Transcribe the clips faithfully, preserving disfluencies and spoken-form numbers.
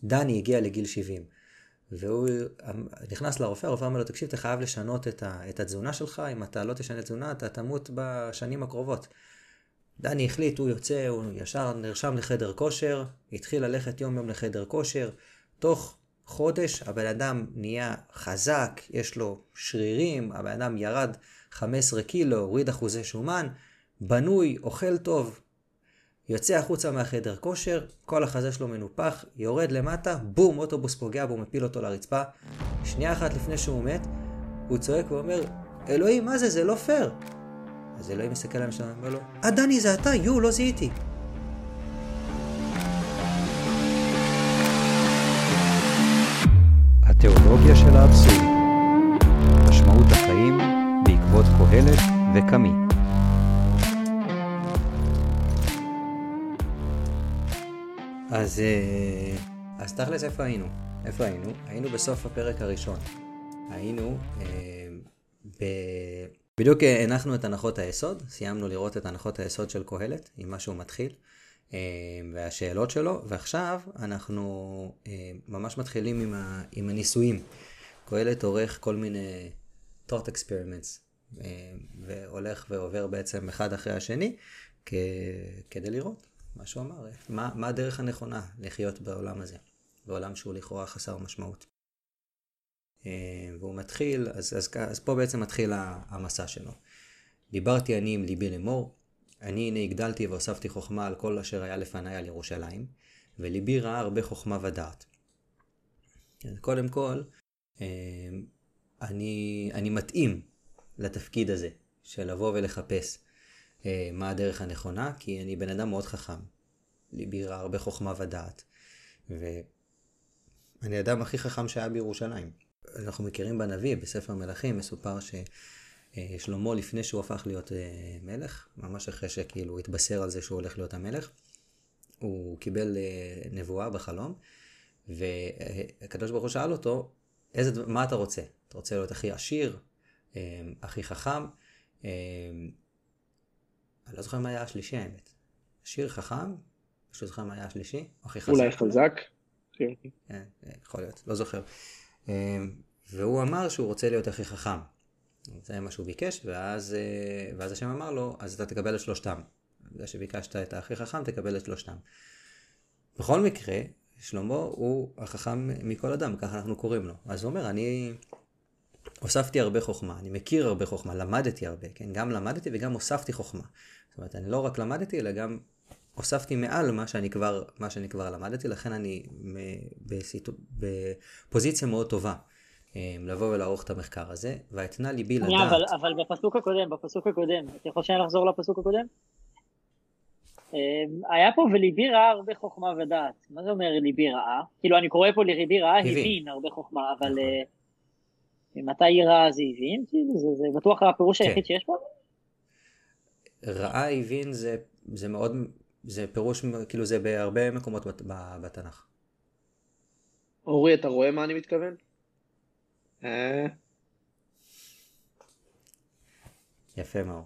דני הגיע לגיל שבעים, והוא נכנס לרופא, הרופא אומר לו, תקשיב, אתה חייב לשנות את, ה, את התזונה שלך, אם אתה לא תשנה תזונה, אתה תמות בשנים הקרובות. דני החליט, הוא יוצא, הוא ישר נרשם לחדר כושר, התחיל ללכת יום יום לחדר כושר, תוך חודש הבן אדם נהיה חזק, יש לו שרירים, הבן אדם ירד חמישה עשר קילו, הוריד אחוזי שומן, בנוי, אוכל טוב, יוצא החוצה מהחדר כושר, כל החזה שלו מנופח, יורד למטה, בום, אוטובוס פוגע בו, מפיל אותו לרצפה. שנייה אחת לפני שהוא מת, הוא צועק ואומר, אלוהים, מה זה? זה לא פייר. אז אלוהים מסתכל עליהם שלנו, אומר לו, אה, דני, זה אתה, יו, לא זיהיתי. התיאולוגיה של האבסורד, משמעות החיים בעקבות קהלת וקמי. אז, אז תכלס איפה היינו? איפה היינו? היינו בסוף הפרק הראשון. היינו, אה, ב... בדיוק הנחנו את הנחות היסוד, סיימנו לראות את הנחות היסוד של קהלת, עם מה שהוא מתחיל, אה, והשאלות שלו, ועכשיו אנחנו אה, ממש מתחילים עם, ה... עם הניסויים. קהלת עורך כל מיני thought experiments, אה, והולך ועובר בעצם אחד אחרי השני, כ... כדי לראות. מה שהוא אמר, מה, מה הדרך הנכונה לחיות בעולם הזה, בעולם שהוא לכאורה חסר משמעות. והוא מתחיל, אז, אז, אז פה בעצם מתחיל המסע שלו. דיברתי אני עם ליבי לאמור, אני הנה הגדלתי והוספתי חוכמה על כל אשר היה לפניי על ירושלים, וליבי ראה הרבה חוכמה ודעת. קודם כל, אני, אני מתאים לתפקיד הזה, של לבוא ולחפש מה הדרך הנכונה, כי אני בן אדם מאוד חכם. ליבי ראה הרבה חוכמה ודעת. ואני אדם הכי חכם שהיה בירושלים. אנחנו מכירים בנביא, בספר מלכים, מסופר ששלמה לפני שהוא הפך להיות מלך, ממש אחרי שכאילו הוא התבשר על זה שהוא הולך להיות המלך, הוא קיבל נבואה בחלום, והקדוש ברוך הוא שאל אותו, איזה, מה אתה רוצה? אתה רוצה להיות הכי עשיר, הכי חכם? אני לא זוכר מה היה השלישי האמת. עשיר חכם, אני זוכר מה היה השלישי, או הכי חזק. אולי חזק? כן, יכול להיות, לא זוכר. והוא אמר שהוא רוצה להיות הכי חכם. זה מה שהוא ביקש, ואז, ואז השם אמר לו, אז אתה תקבל את שלושתם. בגלל שביקשת את הכי חכם, תקבל את שלושתם. בכל מקרה, שלמה הוא החכם מכל אדם, ככה אנחנו קוראים לו. אז הוא אומר, אני הוספתי הרבה חוכמה, אני מכיר הרבה חוכמה, למדתי הרבה, כן? גם למדתי וגם הוספתי חוכמה. זאת אומרת, אני לא רק למדתי, אלא גם הוספתי מעל מה שאני כבר, מה שאני כבר למדתי, לכן אני בסיטו, בפוזיציה מאוד טובה לבוא ולערוך את המחקר הזה, והתנה ליבי לדעת. אבל, אבל בפסוק הקודם, בפסוק הקודם, אתה יכול שאני לחזור לפסוק הקודם? היה פה וליבי ראה הרבה חוכמה ודעת. מה זה אומר ליבי ראה? כאילו אני קורא פה לליבי ראה, הבין הרבה חוכמה, אבל מתי ראה זה הבין? זה, זה בטוח הפירוש היחיד שיש פה? ראה הבין זה, זה מאוד, זה פירוש, כאילו זה בהרבה מקומות בתנ"ך. אורי, אתה רואה מה אני מתכוון? אה... יפה מאוד.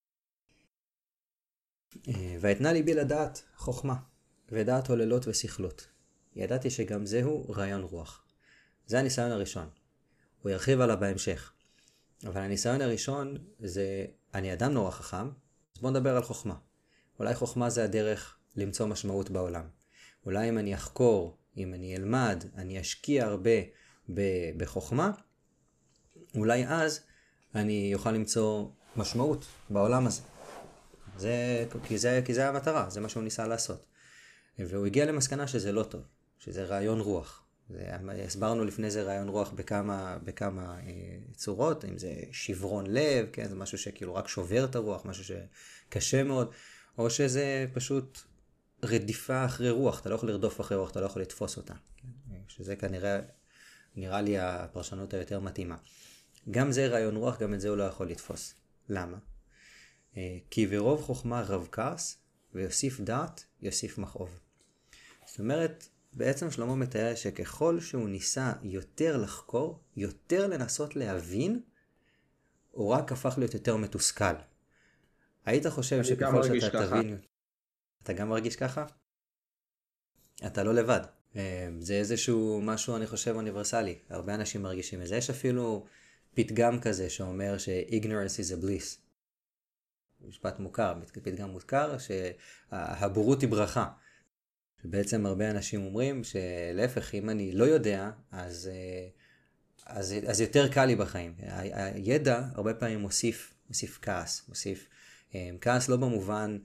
והתנה ליבי לדעת חוכמה, ודעת הוללות ושכלות. ידעתי שגם זהו רעיון רוח. זה הניסיון הראשון. הוא ירחיב עליו בהמשך. אבל הניסיון הראשון זה, אני אדם נורא חכם, אז בוא נדבר על חוכמה. אולי חוכמה זה הדרך למצוא משמעות בעולם. אולי אם אני אחקור, אם אני אלמד, אני אשקיע הרבה בחוכמה, אולי אז אני אוכל למצוא משמעות בעולם הזה. זה, כי זה, כי זה המטרה, זה מה שהוא ניסה לעשות. והוא הגיע למסקנה שזה לא טוב, שזה רעיון רוח. זה, הסברנו לפני זה רעיון רוח בכמה, בכמה אה, צורות, אם זה שברון לב, כן, זה משהו שכאילו רק שובר את הרוח, משהו שקשה מאוד, או שזה פשוט רדיפה אחרי רוח, אתה לא יכול לרדוף אחרי רוח, אתה לא יכול לתפוס אותה. כן? שזה כנראה, נראה לי הפרשנות היותר מתאימה. גם זה רעיון רוח, גם את זה הוא לא יכול לתפוס. למה? כי ברוב חוכמה רב כעס, ויוסיף דעת, יוסיף מכאוב. זאת אומרת, בעצם שלמה מתאר שככל שהוא ניסה יותר לחקור, יותר לנסות להבין, הוא רק הפך להיות יותר מתוסכל. היית חושב שככל שאתה תבין... אתה גם מרגיש ככה? אתה לא לבד. זה איזשהו משהו, אני חושב, אוניברסלי. הרבה אנשים מרגישים את זה. יש אפילו פתגם כזה שאומר ש-ignorance is a bliss. משפט מוכר, פתגם מוכר, שהבורות היא ברכה. שבעצם הרבה אנשים אומרים שלהפך, אם אני לא יודע, אז, אז, אז יותר קל לי בחיים. הידע הרבה פעמים מוסיף, מוסיף כעס, מוסיף כעס לא במובן,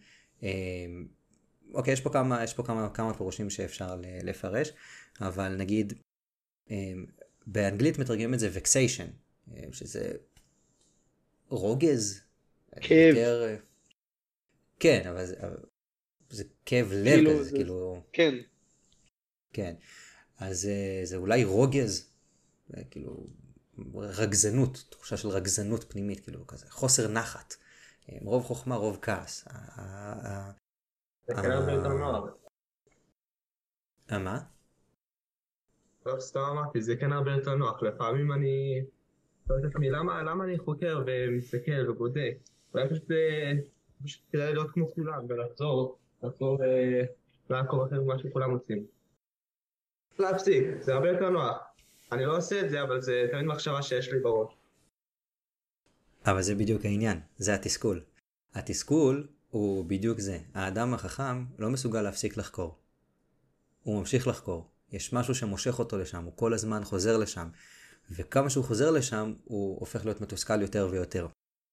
אוקיי, יש פה כמה, יש פה כמה, כמה פירושים שאפשר לפרש, אבל נגיד, באנגלית מתרגמים את זה vexation, שזה רוגז, כאב. יותר, כן, אבל זה, זה כאב לב כאילו, כזה, זה- כאילו, כן. כן, אז אה, זה אולי רוגז, זה כאילו רגזנות, תחושה של רגזנות פנימית, כאילו כזה, חוסר נחת, אה, רוב חוכמה, רוב כעס. ה- ה- ה- זה כן הרבה יותר נוח. אה, מה? לא סתם אמרתי, זה כן הרבה יותר נוח. לפעמים אני שואל את עצמי, למה למה אני חוקר ומסתכל ובודק? אולי פשוט אה, פשוט כדאי להיות כמו כולם ולחזור, לחזור אה, לעקוב אחרי מה שכולם עושים. להפסיק, זה הרבה יותר נוח. אני לא עושה את זה, אבל זה תמיד מחשבה שיש לי בראש. אבל זה בדיוק העניין, זה התסכול. התסכול הוא בדיוק זה. האדם החכם לא מסוגל להפסיק לחקור. הוא ממשיך לחקור. יש משהו שמושך אותו לשם, הוא כל הזמן חוזר לשם. וכמה שהוא חוזר לשם, הוא הופך להיות מתוסכל יותר ויותר.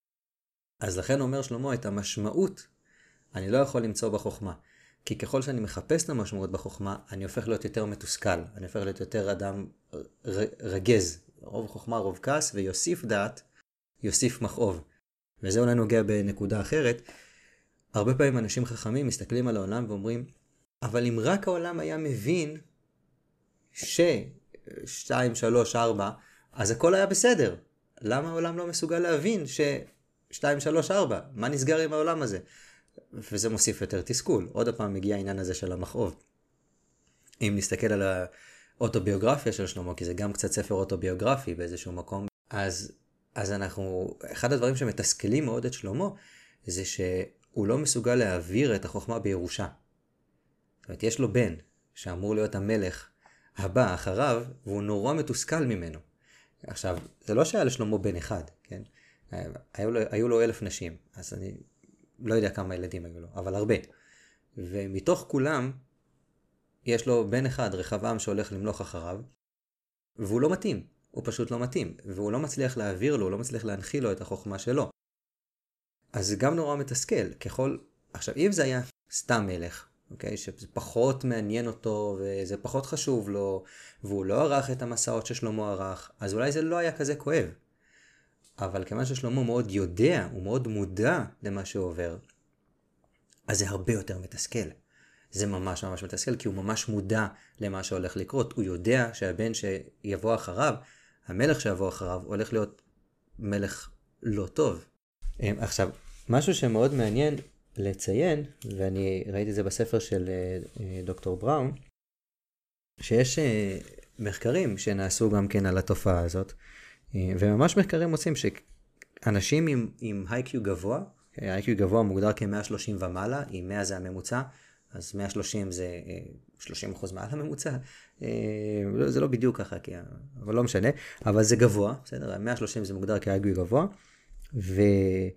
אז לכן אומר שלמה, את המשמעות אני לא יכול למצוא בחוכמה. כי ככל שאני מחפש את המשמעות בחוכמה, אני הופך להיות יותר מתוסכל. אני הופך להיות יותר אדם ר- רגז. רוב חוכמה, רוב כעס, ויוסיף דעת, יוסיף מכאוב. וזה אולי נוגע בנקודה אחרת. הרבה פעמים אנשים חכמים מסתכלים על העולם ואומרים, אבל אם רק העולם היה מבין ש... שתיים, שלוש, ארבע, אז הכל היה בסדר. למה העולם לא מסוגל להבין ש... שתיים, שלוש, ארבע? מה נסגר עם העולם הזה? וזה מוסיף יותר תסכול. עוד הפעם מגיע העניין הזה של המכאוב. אם נסתכל על האוטוביוגרפיה של שלמה, כי זה גם קצת ספר אוטוביוגרפי באיזשהו מקום, אז, אז אנחנו, אחד הדברים שמתסכלים מאוד את שלמה, זה שהוא לא מסוגל להעביר את החוכמה בירושה. זאת אומרת, יש לו בן, שאמור להיות המלך הבא אחריו, והוא נורא מתוסכל ממנו. עכשיו, זה לא שהיה לשלמה בן אחד, כן? היו לו, היו לו אלף נשים, אז אני לא יודע כמה ילדים היו לו, אבל הרבה. ומתוך כולם, יש לו בן אחד, רחבעם, שהולך למלוך אחריו, והוא לא מתאים, הוא פשוט לא מתאים, והוא לא מצליח להעביר לו, הוא לא מצליח להנחיל לו את החוכמה שלו. אז זה גם נורא מתסכל, ככל, עכשיו אם זה היה סתם מלך, אוקיי, שזה פחות מעניין אותו, וזה פחות חשוב לו, והוא לא ערך את המסעות ששלמה ערך, אז אולי זה לא היה כזה כואב. אבל כיוון ששלמה מאוד יודע, הוא מאוד מודע למה שעובר, אז זה הרבה יותר מתסכל. זה ממש ממש מתסכל, כי הוא ממש מודע למה שהולך לקרות. הוא יודע שהבן שיבוא אחריו, המלך שיבוא אחריו, הולך להיות מלך לא טוב. עכשיו, משהו שמאוד מעניין לציין, ואני ראיתי את זה בספר של דוקטור בראון, שיש מחקרים שנעשו גם כן על התופעה הזאת, וממש מחקרים מוצאים שאנשים עם, עם איי קיו גבוה, איי קיו גבוה מוגדר כ-מאה ושלושים ומעלה, אם מאה זה הממוצע, אז מאה ושלושים זה שלושים אחוז מעל הממוצע, זה לא בדיוק ככה, אבל לא משנה, אבל זה גבוה, בסדר? מאה ושלושים זה מוגדר כ-איי קיו גבוה, והם,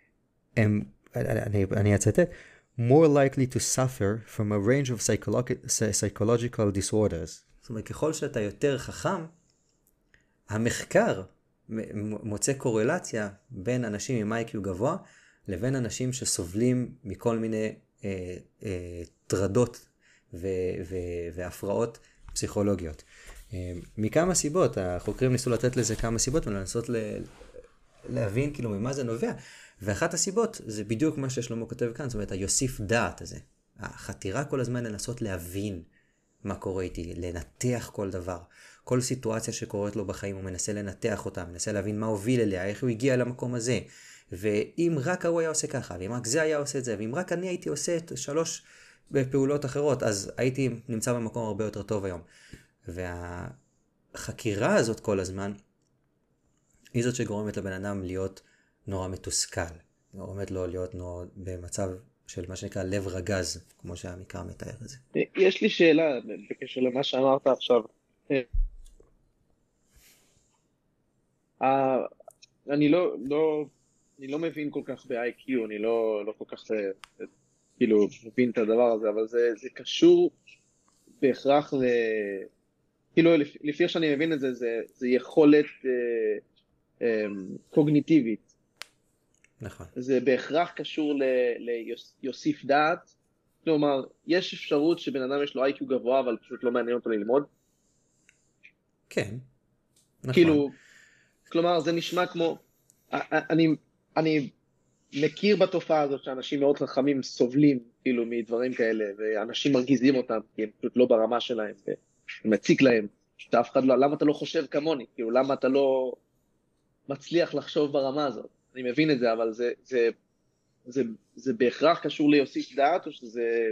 אני, אני אצטט, more likely to suffer from a range of psychological disorders. זאת אומרת, ככל שאתה יותר חכם, המחקר מוצא קורלציה בין אנשים עם איי קיו גבוה לבין אנשים שסובלים מכל מיני אה, אה, טרדות ו- ו- והפרעות פסיכולוגיות. אה, מכמה סיבות, החוקרים ניסו לתת לזה כמה סיבות ולנסות ל- להבין כאילו ממה זה נובע. ואחת הסיבות זה בדיוק מה ששלמה כותב כאן, זאת אומרת היוסיף דעת הזה. החתירה כל הזמן לנסות להבין מה קורה איתי, לנתח כל דבר. כל סיטואציה שקורית לו בחיים הוא מנסה לנתח אותה, מנסה להבין מה הוביל אליה, איך הוא הגיע למקום הזה. ואם רק הוא היה עושה ככה, ואם רק זה היה עושה את זה, ואם רק אני הייתי עושה את שלוש פעולות אחרות, אז הייתי נמצא במקום הרבה יותר טוב היום. והחקירה הזאת כל הזמן, היא זאת שגורמת לבן אדם להיות נורא מתוסכל. גורמת לו להיות נורא במצב של מה שנקרא לב רגז, כמו שהמקרא מתאר את זה. יש לי שאלה בקשר למה שאמרת עכשיו. אה, אני לא, לא, אני לא מבין כל כך ב-איי קיו, אני לא, לא כל כך, אה, כאילו, מבין את הדבר הזה, אבל זה, זה קשור בהכרח ל... כאילו, לפ- לפי איך שאני מבין את זה, זה, זה יכולת אה, אה, קוגניטיבית. נכון. זה בהכרח קשור ליוסיף דעת. כלומר, יש אפשרות שבן אדם יש לו איי קיו גבוה, אבל פשוט לא מעניין אותו ללמוד. כן. נכון. כאילו, כלומר, זה נשמע כמו... אני, אני מכיר בתופעה הזאת שאנשים מאוד חכמים סובלים, כאילו, מדברים כאלה, ואנשים מרגיזים אותם, כי הם פשוט לא ברמה שלהם, ומציק להם, שאף אחד לא... למה אתה לא חושב כמוני? כאילו, למה אתה לא מצליח לחשוב ברמה הזאת? אני מבין את זה, אבל זה, זה, זה, זה בהכרח קשור ליוסיף דעת, או שזה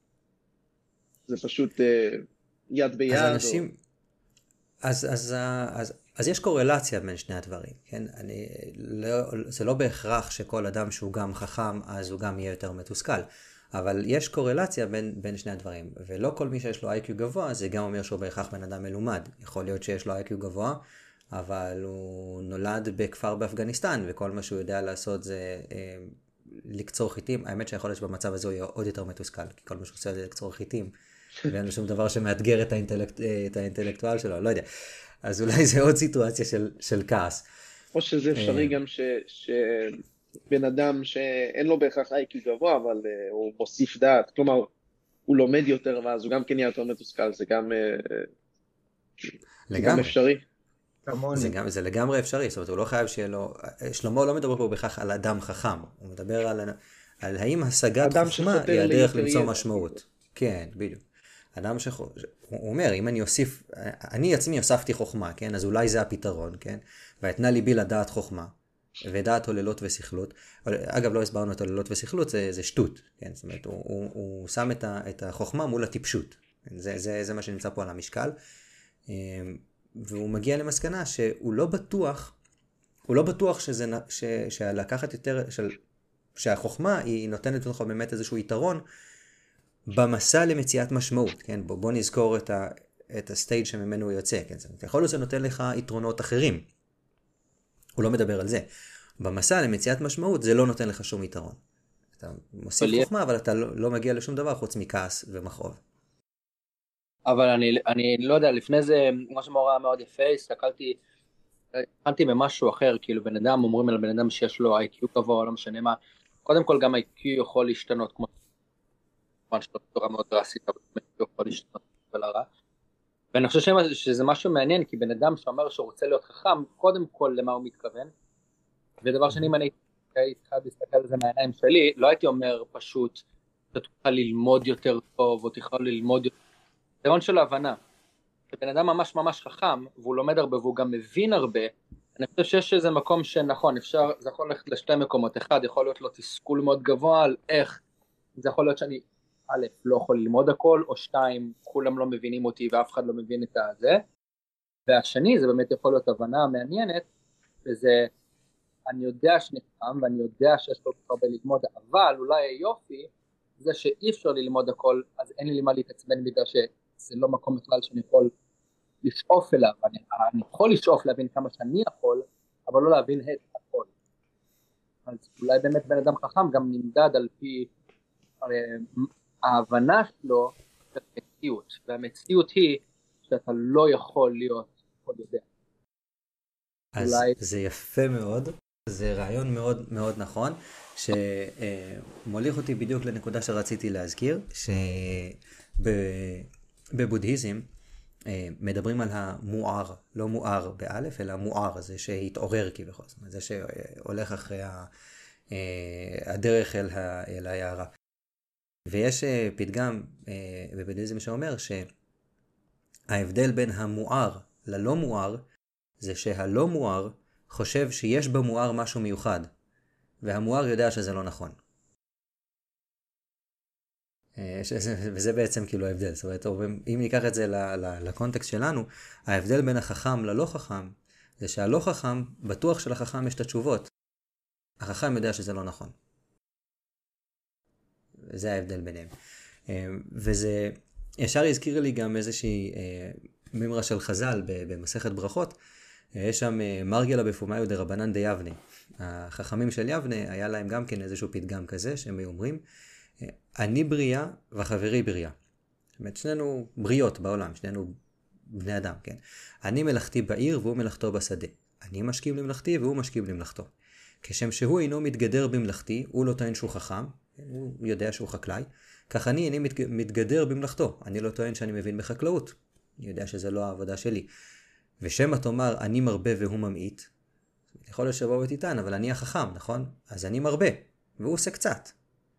זה פשוט אה, יד ביד? אז אנשים, או... אז, אז, אז, אז יש קורלציה בין שני הדברים, כן? אני, לא, זה לא בהכרח שכל אדם שהוא גם חכם, אז הוא גם יהיה יותר מתוסכל. אבל יש קורלציה בין, בין שני הדברים, ולא כל מי שיש לו איי קיו גבוה, זה גם אומר שהוא בהכרח בן אדם מלומד. יכול להיות שיש לו איי קיו גבוה, אבל הוא נולד בכפר באפגניסטן, וכל מה שהוא יודע לעשות זה אה, לקצור חיטים. האמת שיכול להיות שבמצב הזה הוא יהיה עוד יותר מתוסכל, כי כל מה שהוא עושה זה לקצור חיטים, ואין לו שום דבר שמאתגר את, האינטלקט, את האינטלקטואל שלו, לא יודע. אז אולי זה עוד סיטואציה של, של כעס. או שזה אפשרי גם ש, שבן אדם שאין לו בהכרח איי קיו גבוה, אבל uh, הוא מוסיף דעת, כלומר, הוא לומד יותר, ואז הוא גם כן יהיה יותר מתוסכל, זה גם, uh, זה גם אפשרי. זה, גם, זה לגמרי אפשרי, זאת אומרת, הוא לא חייב שיהיה לו... שלמה לא מדבר פה בכך על אדם חכם, הוא מדבר על, על האם השגת חוכמה היא הדרך למצוא משמעות. כן, בדיוק. אדם ש... הוא אומר, אם אני אוסיף, אני עצמי הוספתי חוכמה, כן? אז אולי זה הפתרון, כן? והתנה ליבי לדעת חוכמה, ודעת הוללות ושכלות. אגב, לא הסברנו את הוללות ושכלות, זה, זה שטות, כן? זאת אומרת, הוא, הוא, הוא שם את, ה, את החוכמה מול הטיפשות. זה, זה, זה מה שנמצא פה על המשקל. והוא מגיע למסקנה שהוא לא בטוח, הוא לא בטוח שזה, ש, שלקחת יותר, של, שהחוכמה היא נותנת לך באמת איזשהו יתרון, במסע למציאת משמעות, כן? בוא, בוא נזכור את, ה, את הסטייג' שממנו הוא יוצא, כן? זאת אומרת, יכול להיות שזה נותן לך יתרונות אחרים. הוא לא מדבר על זה. במסע למציאת משמעות זה לא נותן לך שום יתרון. אתה מוסיף חוכמה, אבל אתה לא, לא מגיע לשום דבר חוץ מכעס ומכאוב. אבל אני, אני לא יודע, לפני זה, מה שמורה היה מאוד יפה, הסתכלתי, הבנתי במשהו אחר, כאילו בן אדם, אומרים על בן אדם שיש לו איי קיו גבוה, לא משנה מה, קודם כל גם איי קיו יכול להשתנות, כמו כמובן שלא בצורה מאוד דרסית, אבל איי קיו יכול להשתנות ולרע, ואני חושב שזה משהו מעניין, כי בן אדם שאומר שהוא רוצה להיות חכם, קודם כל למה הוא מתכוון, ודבר שני, אם אני הייתי חייב להסתכל על זה מהעיניים שלי, לא הייתי אומר פשוט, אתה תוכל ללמוד יותר טוב, או תוכל ללמוד יותר, דרון של ההבנה, שבן אדם ממש ממש חכם, והוא לומד הרבה, והוא גם מבין הרבה, אני חושב שיש איזה מקום שנכון, אפשר, זה יכול ללכת לשתי מקומות, אחד, יכול להיות לו תסכול מאוד גבוה, על איך, זה יכול להיות שאני, א', לא יכול ללמוד הכל, או שתיים, כולם לא מבינים אותי, ואף אחד לא מבין את הזה, והשני, זה באמת יכול להיות הבנה מעניינת, וזה, אני יודע שאני חכם, ואני יודע שיש לו הרבה ללמוד, אבל אולי היופי, זה שאי אפשר ללמוד הכל, אז אין לי למה להתעצבן בגלל שזה לא מקום בכלל שאני יכול לשאוף אליו, אני, אני יכול לשאוף להבין כמה שאני יכול, אבל לא להבין את הכל. אז אולי באמת בן אדם חכם גם נמדד על פי הרי, ההבנה שלו של המציאות, והמציאות היא שאתה לא יכול להיות כל יודע. אז אולי... זה יפה מאוד. זה רעיון מאוד מאוד נכון, שמוליך אותי בדיוק לנקודה שרציתי להזכיר, שבבודהיזם מדברים על המואר, לא מואר באלף, אלא מואר, זה שהתעורר כביכול, זאת אומרת, זה שהולך אחרי הדרך אל היערה. ויש פתגם בבודהיזם שאומר שההבדל בין המואר ללא מואר, זה שהלא מואר חושב שיש במואר משהו מיוחד, והמואר יודע שזה לא נכון. וזה בעצם כאילו ההבדל. זאת אומרת, אם ניקח את זה לקונטקסט שלנו, ההבדל בין החכם ללא חכם, זה שהלא חכם, בטוח שלחכם יש את התשובות. החכם יודע שזה לא נכון. זה ההבדל ביניהם. וזה ישר הזכיר לי גם איזושהי מימרה של חז"ל במסכת ברכות. יש שם מרגלה בפומיו דרבנן דיבנה. החכמים של יבנה היה להם גם כן איזשהו פתגם כזה שהם אומרים, אני בריאה וחברי בריאה. זאת אומרת, שנינו בריאות בעולם, שנינו בני אדם, כן? אני מלאכתי בעיר והוא מלאכתו בשדה. אני משכים למלאכתי והוא משכים למלאכתו. כשם שהוא אינו מתגדר במלאכתי, הוא לא טוען שהוא חכם, הוא יודע שהוא חקלאי, כך אני איני מתגדר במלאכתו. אני לא טוען שאני מבין בחקלאות. אני יודע שזה לא העבודה שלי. ושמה תאמר, אני מרבה והוא ממעיט. יכול להיות שבוא ותיתן, אבל אני החכם, נכון? אז אני מרבה, והוא עושה קצת.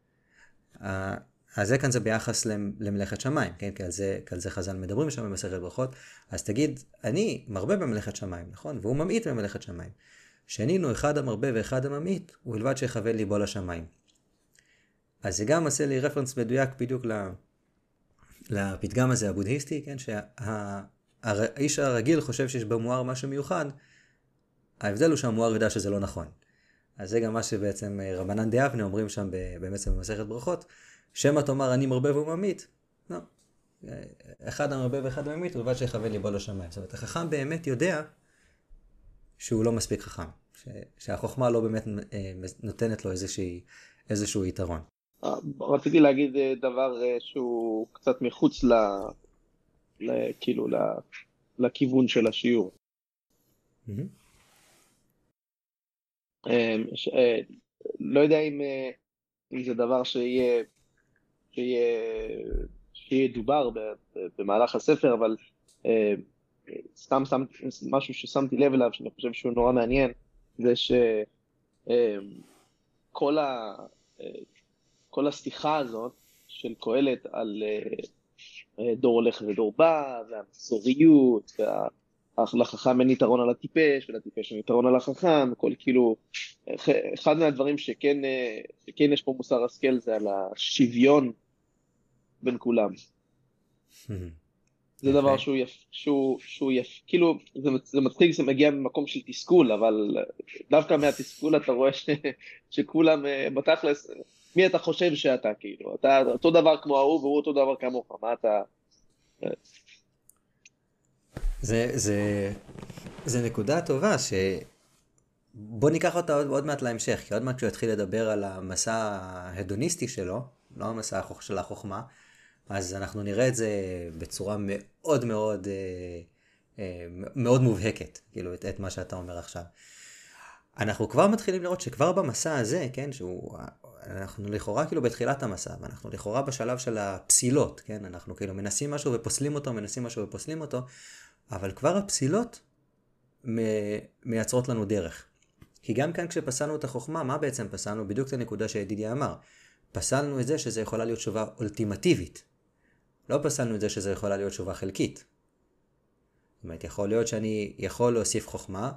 אז זה כאן זה ביחס למלאכת שמיים, כן? כי על זה, כי על זה חז"ל מדברים שם במסכת ברכות. אז תגיד, אני מרבה במלאכת שמיים, נכון? והוא ממעיט במלאכת שמיים. שנינו אחד המרבה ואחד הממעיט, ובלבד שיכוון ליבו לשמיים. אז זה גם עושה לי רפרנס מדויק בדיוק לפתגם הזה הבודהיסטי, כן? שהאיש הרגיל חושב שיש במואר משהו מיוחד, ההבדל הוא שהמואר יודע שזה לא נכון. אז זה גם מה שבעצם רבנן דיבנה אומרים שם בעצם במסכת ברכות, שמא תאמר אני מרבה והוא ממעיט. לא. אחד המרבה ואחד הממעיט, ובלבד שיכוון ליבו לשמיים. זאת אומרת, החכם באמת יודע שהוא לא מספיק חכם. שהחוכמה לא באמת נותנת לו איזושהי, איזשהו יתרון. רציתי להגיד דבר שהוא קצת מחוץ ל... כאילו לכיוון של השיעור. לא יודע אם זה דבר שיהיה שיהיה דובר במהלך הספר, אבל סתם משהו ששמתי לב אליו שאני חושב שהוא נורא מעניין, זה שכל ה כל השיחה הזאת של קהלת על דור הולך ודור בא, והמחזוריות, והחכם אין יתרון על הטיפש, ולטיפש אין יתרון על החכם, כל כאילו, אחד מהדברים שכן, שכן יש פה מוסר השכל זה על השוויון בין כולם. זה דבר שהוא יפ, שהוא, שהוא יפ, כאילו, זה, זה מצחיק, זה מגיע ממקום של תסכול, אבל דווקא מהתסכול אתה רואה ש, שכולם בתכלס, מי אתה חושב שאתה, כאילו, אתה אותו דבר כמו ההוא והוא אותו דבר כמוך, מה אתה... זה, זה, זה נקודה טובה ש... בוא ניקח אותה עוד, עוד מעט להמשך, כי עוד מעט שהוא יתחיל לדבר על המסע ההדוניסטי שלו, לא המסע של החוכמה, אז אנחנו נראה את זה בצורה מאוד מאוד, מאוד מובהקת, כאילו, את, את מה שאתה אומר עכשיו. אנחנו כבר מתחילים לראות שכבר במסע הזה, כן, שהוא, אנחנו לכאורה כאילו בתחילת המסע, ואנחנו לכאורה בשלב של הפסילות, כן, אנחנו כאילו מנסים משהו ופוסלים אותו, מנסים משהו ופוסלים אותו, אבל כבר הפסילות מייצרות לנו דרך. כי גם כאן כשפסלנו את החוכמה, מה בעצם פסלנו? בדיוק את הנקודה שידידיה אמר. פסלנו את זה שזה יכולה להיות תשובה אולטימטיבית. לא פסלנו את זה שזה יכולה להיות תשובה חלקית. זאת אומרת, יכול להיות שאני יכול להוסיף חוכמה,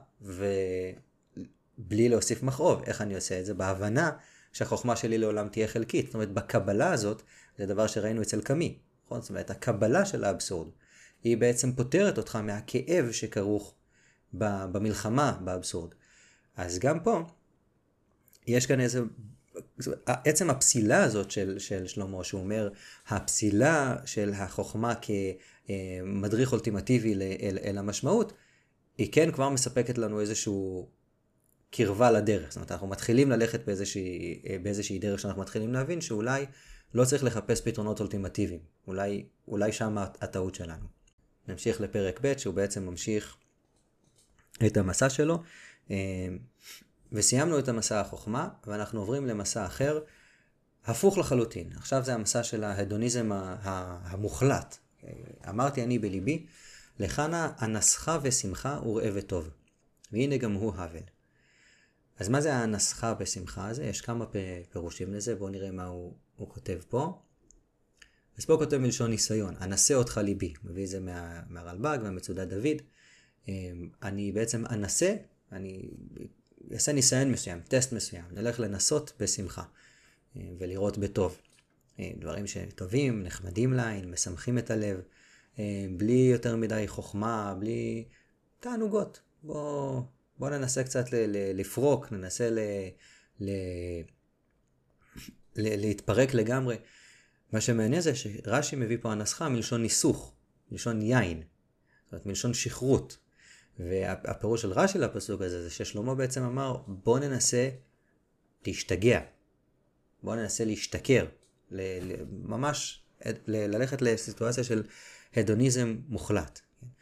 ובלי להוסיף מכאוב. איך אני עושה את זה? בהבנה שהחוכמה שלי לעולם תהיה חלקית. זאת אומרת, בקבלה הזאת, זה דבר שראינו אצל קמי. זאת אומרת, הקבלה של האבסורד, היא בעצם פותרת אותך מהכאב שכרוך במלחמה באבסורד. אז גם פה, יש כאן איזה, עצם הפסילה הזאת של, של שלמה, שהוא אומר, הפסילה של החוכמה כמדריך אולטימטיבי אל, אל המשמעות, היא כן כבר מספקת לנו איזשהו קרבה לדרך. זאת אומרת, אנחנו מתחילים ללכת באיזושהי, באיזושהי דרך שאנחנו מתחילים להבין שאולי לא צריך לחפש פתרונות אולטימטיביים. אולי, אולי שם הטעות שלנו. נמשיך לפרק ב' שהוא בעצם ממשיך את המסע שלו. וסיימנו את המסע החוכמה, ואנחנו עוברים למסע אחר, הפוך לחלוטין. עכשיו זה המסע של ההדוניזם המוחלט. אמרתי אני בליבי, לחנה הנסחה ושמחה וראה וטוב. והנה גם הוא הבל. אז מה זה הנסחה ושמחה הזה? יש כמה פירושים לזה, בואו נראה מה הוא, הוא כותב פה. אז פה הוא כותב מלשון ניסיון, אנסה אותך ליבי. מביא את זה מה, מהרלב"ג, מהמצודת דוד. אני בעצם אנסה, אני אעשה ניסיון מסוים, טסט מסוים, נלך לנסות בשמחה ולראות בטוב. דברים שטובים, נחמדים לעין, משמחים את הלב, בלי יותר מדי חוכמה, בלי תענוגות. בוא, בוא ננסה קצת ל- ל- לפרוק, ננסה ל- ל- להתפרק לגמרי. מה שמעניין זה שרש"י מביא פה הנסחה מלשון ניסוך, מלשון יין, זאת אומרת מלשון שכרות. והפירוש של רש"י לפסוק הזה זה ששלמה בעצם אמר בוא ננסה להשתגע, בוא ננסה להשתכר, ל- ל- ממש ל- ללכת לסיטואציה של הדוניזם מוחלט.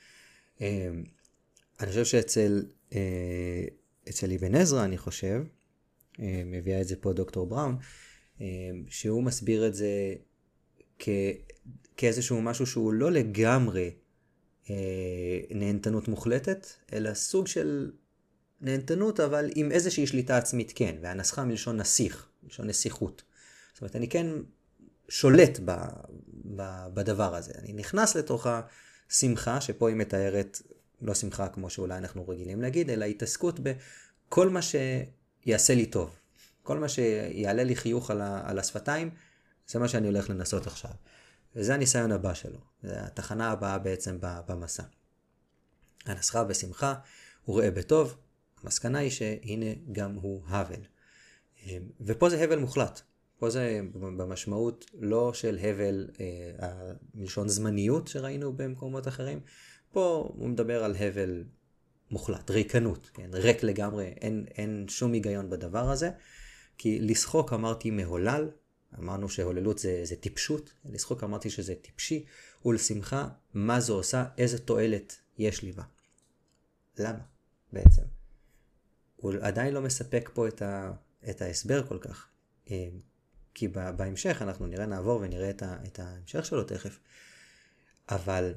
אני חושב שאצל אצל אבן עזרא, אני חושב, מביאה את זה פה דוקטור בראון, שהוא מסביר את זה כ- כאיזשהו משהו שהוא לא לגמרי נהנתנות מוחלטת, אלא סוג של נהנתנות, אבל עם איזושהי שליטה עצמית כן, והנסחה מלשון נסיך, מלשון נסיכות. זאת אומרת, אני כן שולט ב, ב, בדבר הזה. אני נכנס לתוך השמחה, שפה היא מתארת, לא שמחה כמו שאולי אנחנו רגילים להגיד, אלא התעסקות בכל מה שיעשה לי טוב. כל מה שיעלה לי חיוך על, ה, על השפתיים, זה מה שאני הולך לנסות עכשיו. וזה הניסיון הבא שלו. זה התחנה הבאה בעצם במסע. הנסחה בשמחה, הוא רואה בטוב, המסקנה היא שהנה גם הוא הבל. ופה זה הבל מוחלט. פה זה במשמעות לא של הבל אה, מלשון זמניות שראינו במקומות אחרים. פה הוא מדבר על הבל מוחלט, ריקנות, כן? ריק לגמרי, אין, אין שום היגיון בדבר הזה. כי לשחוק אמרתי מהולל, אמרנו שהוללות זה, זה טיפשות, לשחוק אמרתי שזה טיפשי, ולשמחה מה זו עושה, איזה תועלת יש לי בה. למה בעצם? הוא עדיין לא מספק פה את, ה, את ההסבר כל כך. כי בהמשך אנחנו נראה, נעבור ונראה את, ה, את ההמשך שלו תכף. אבל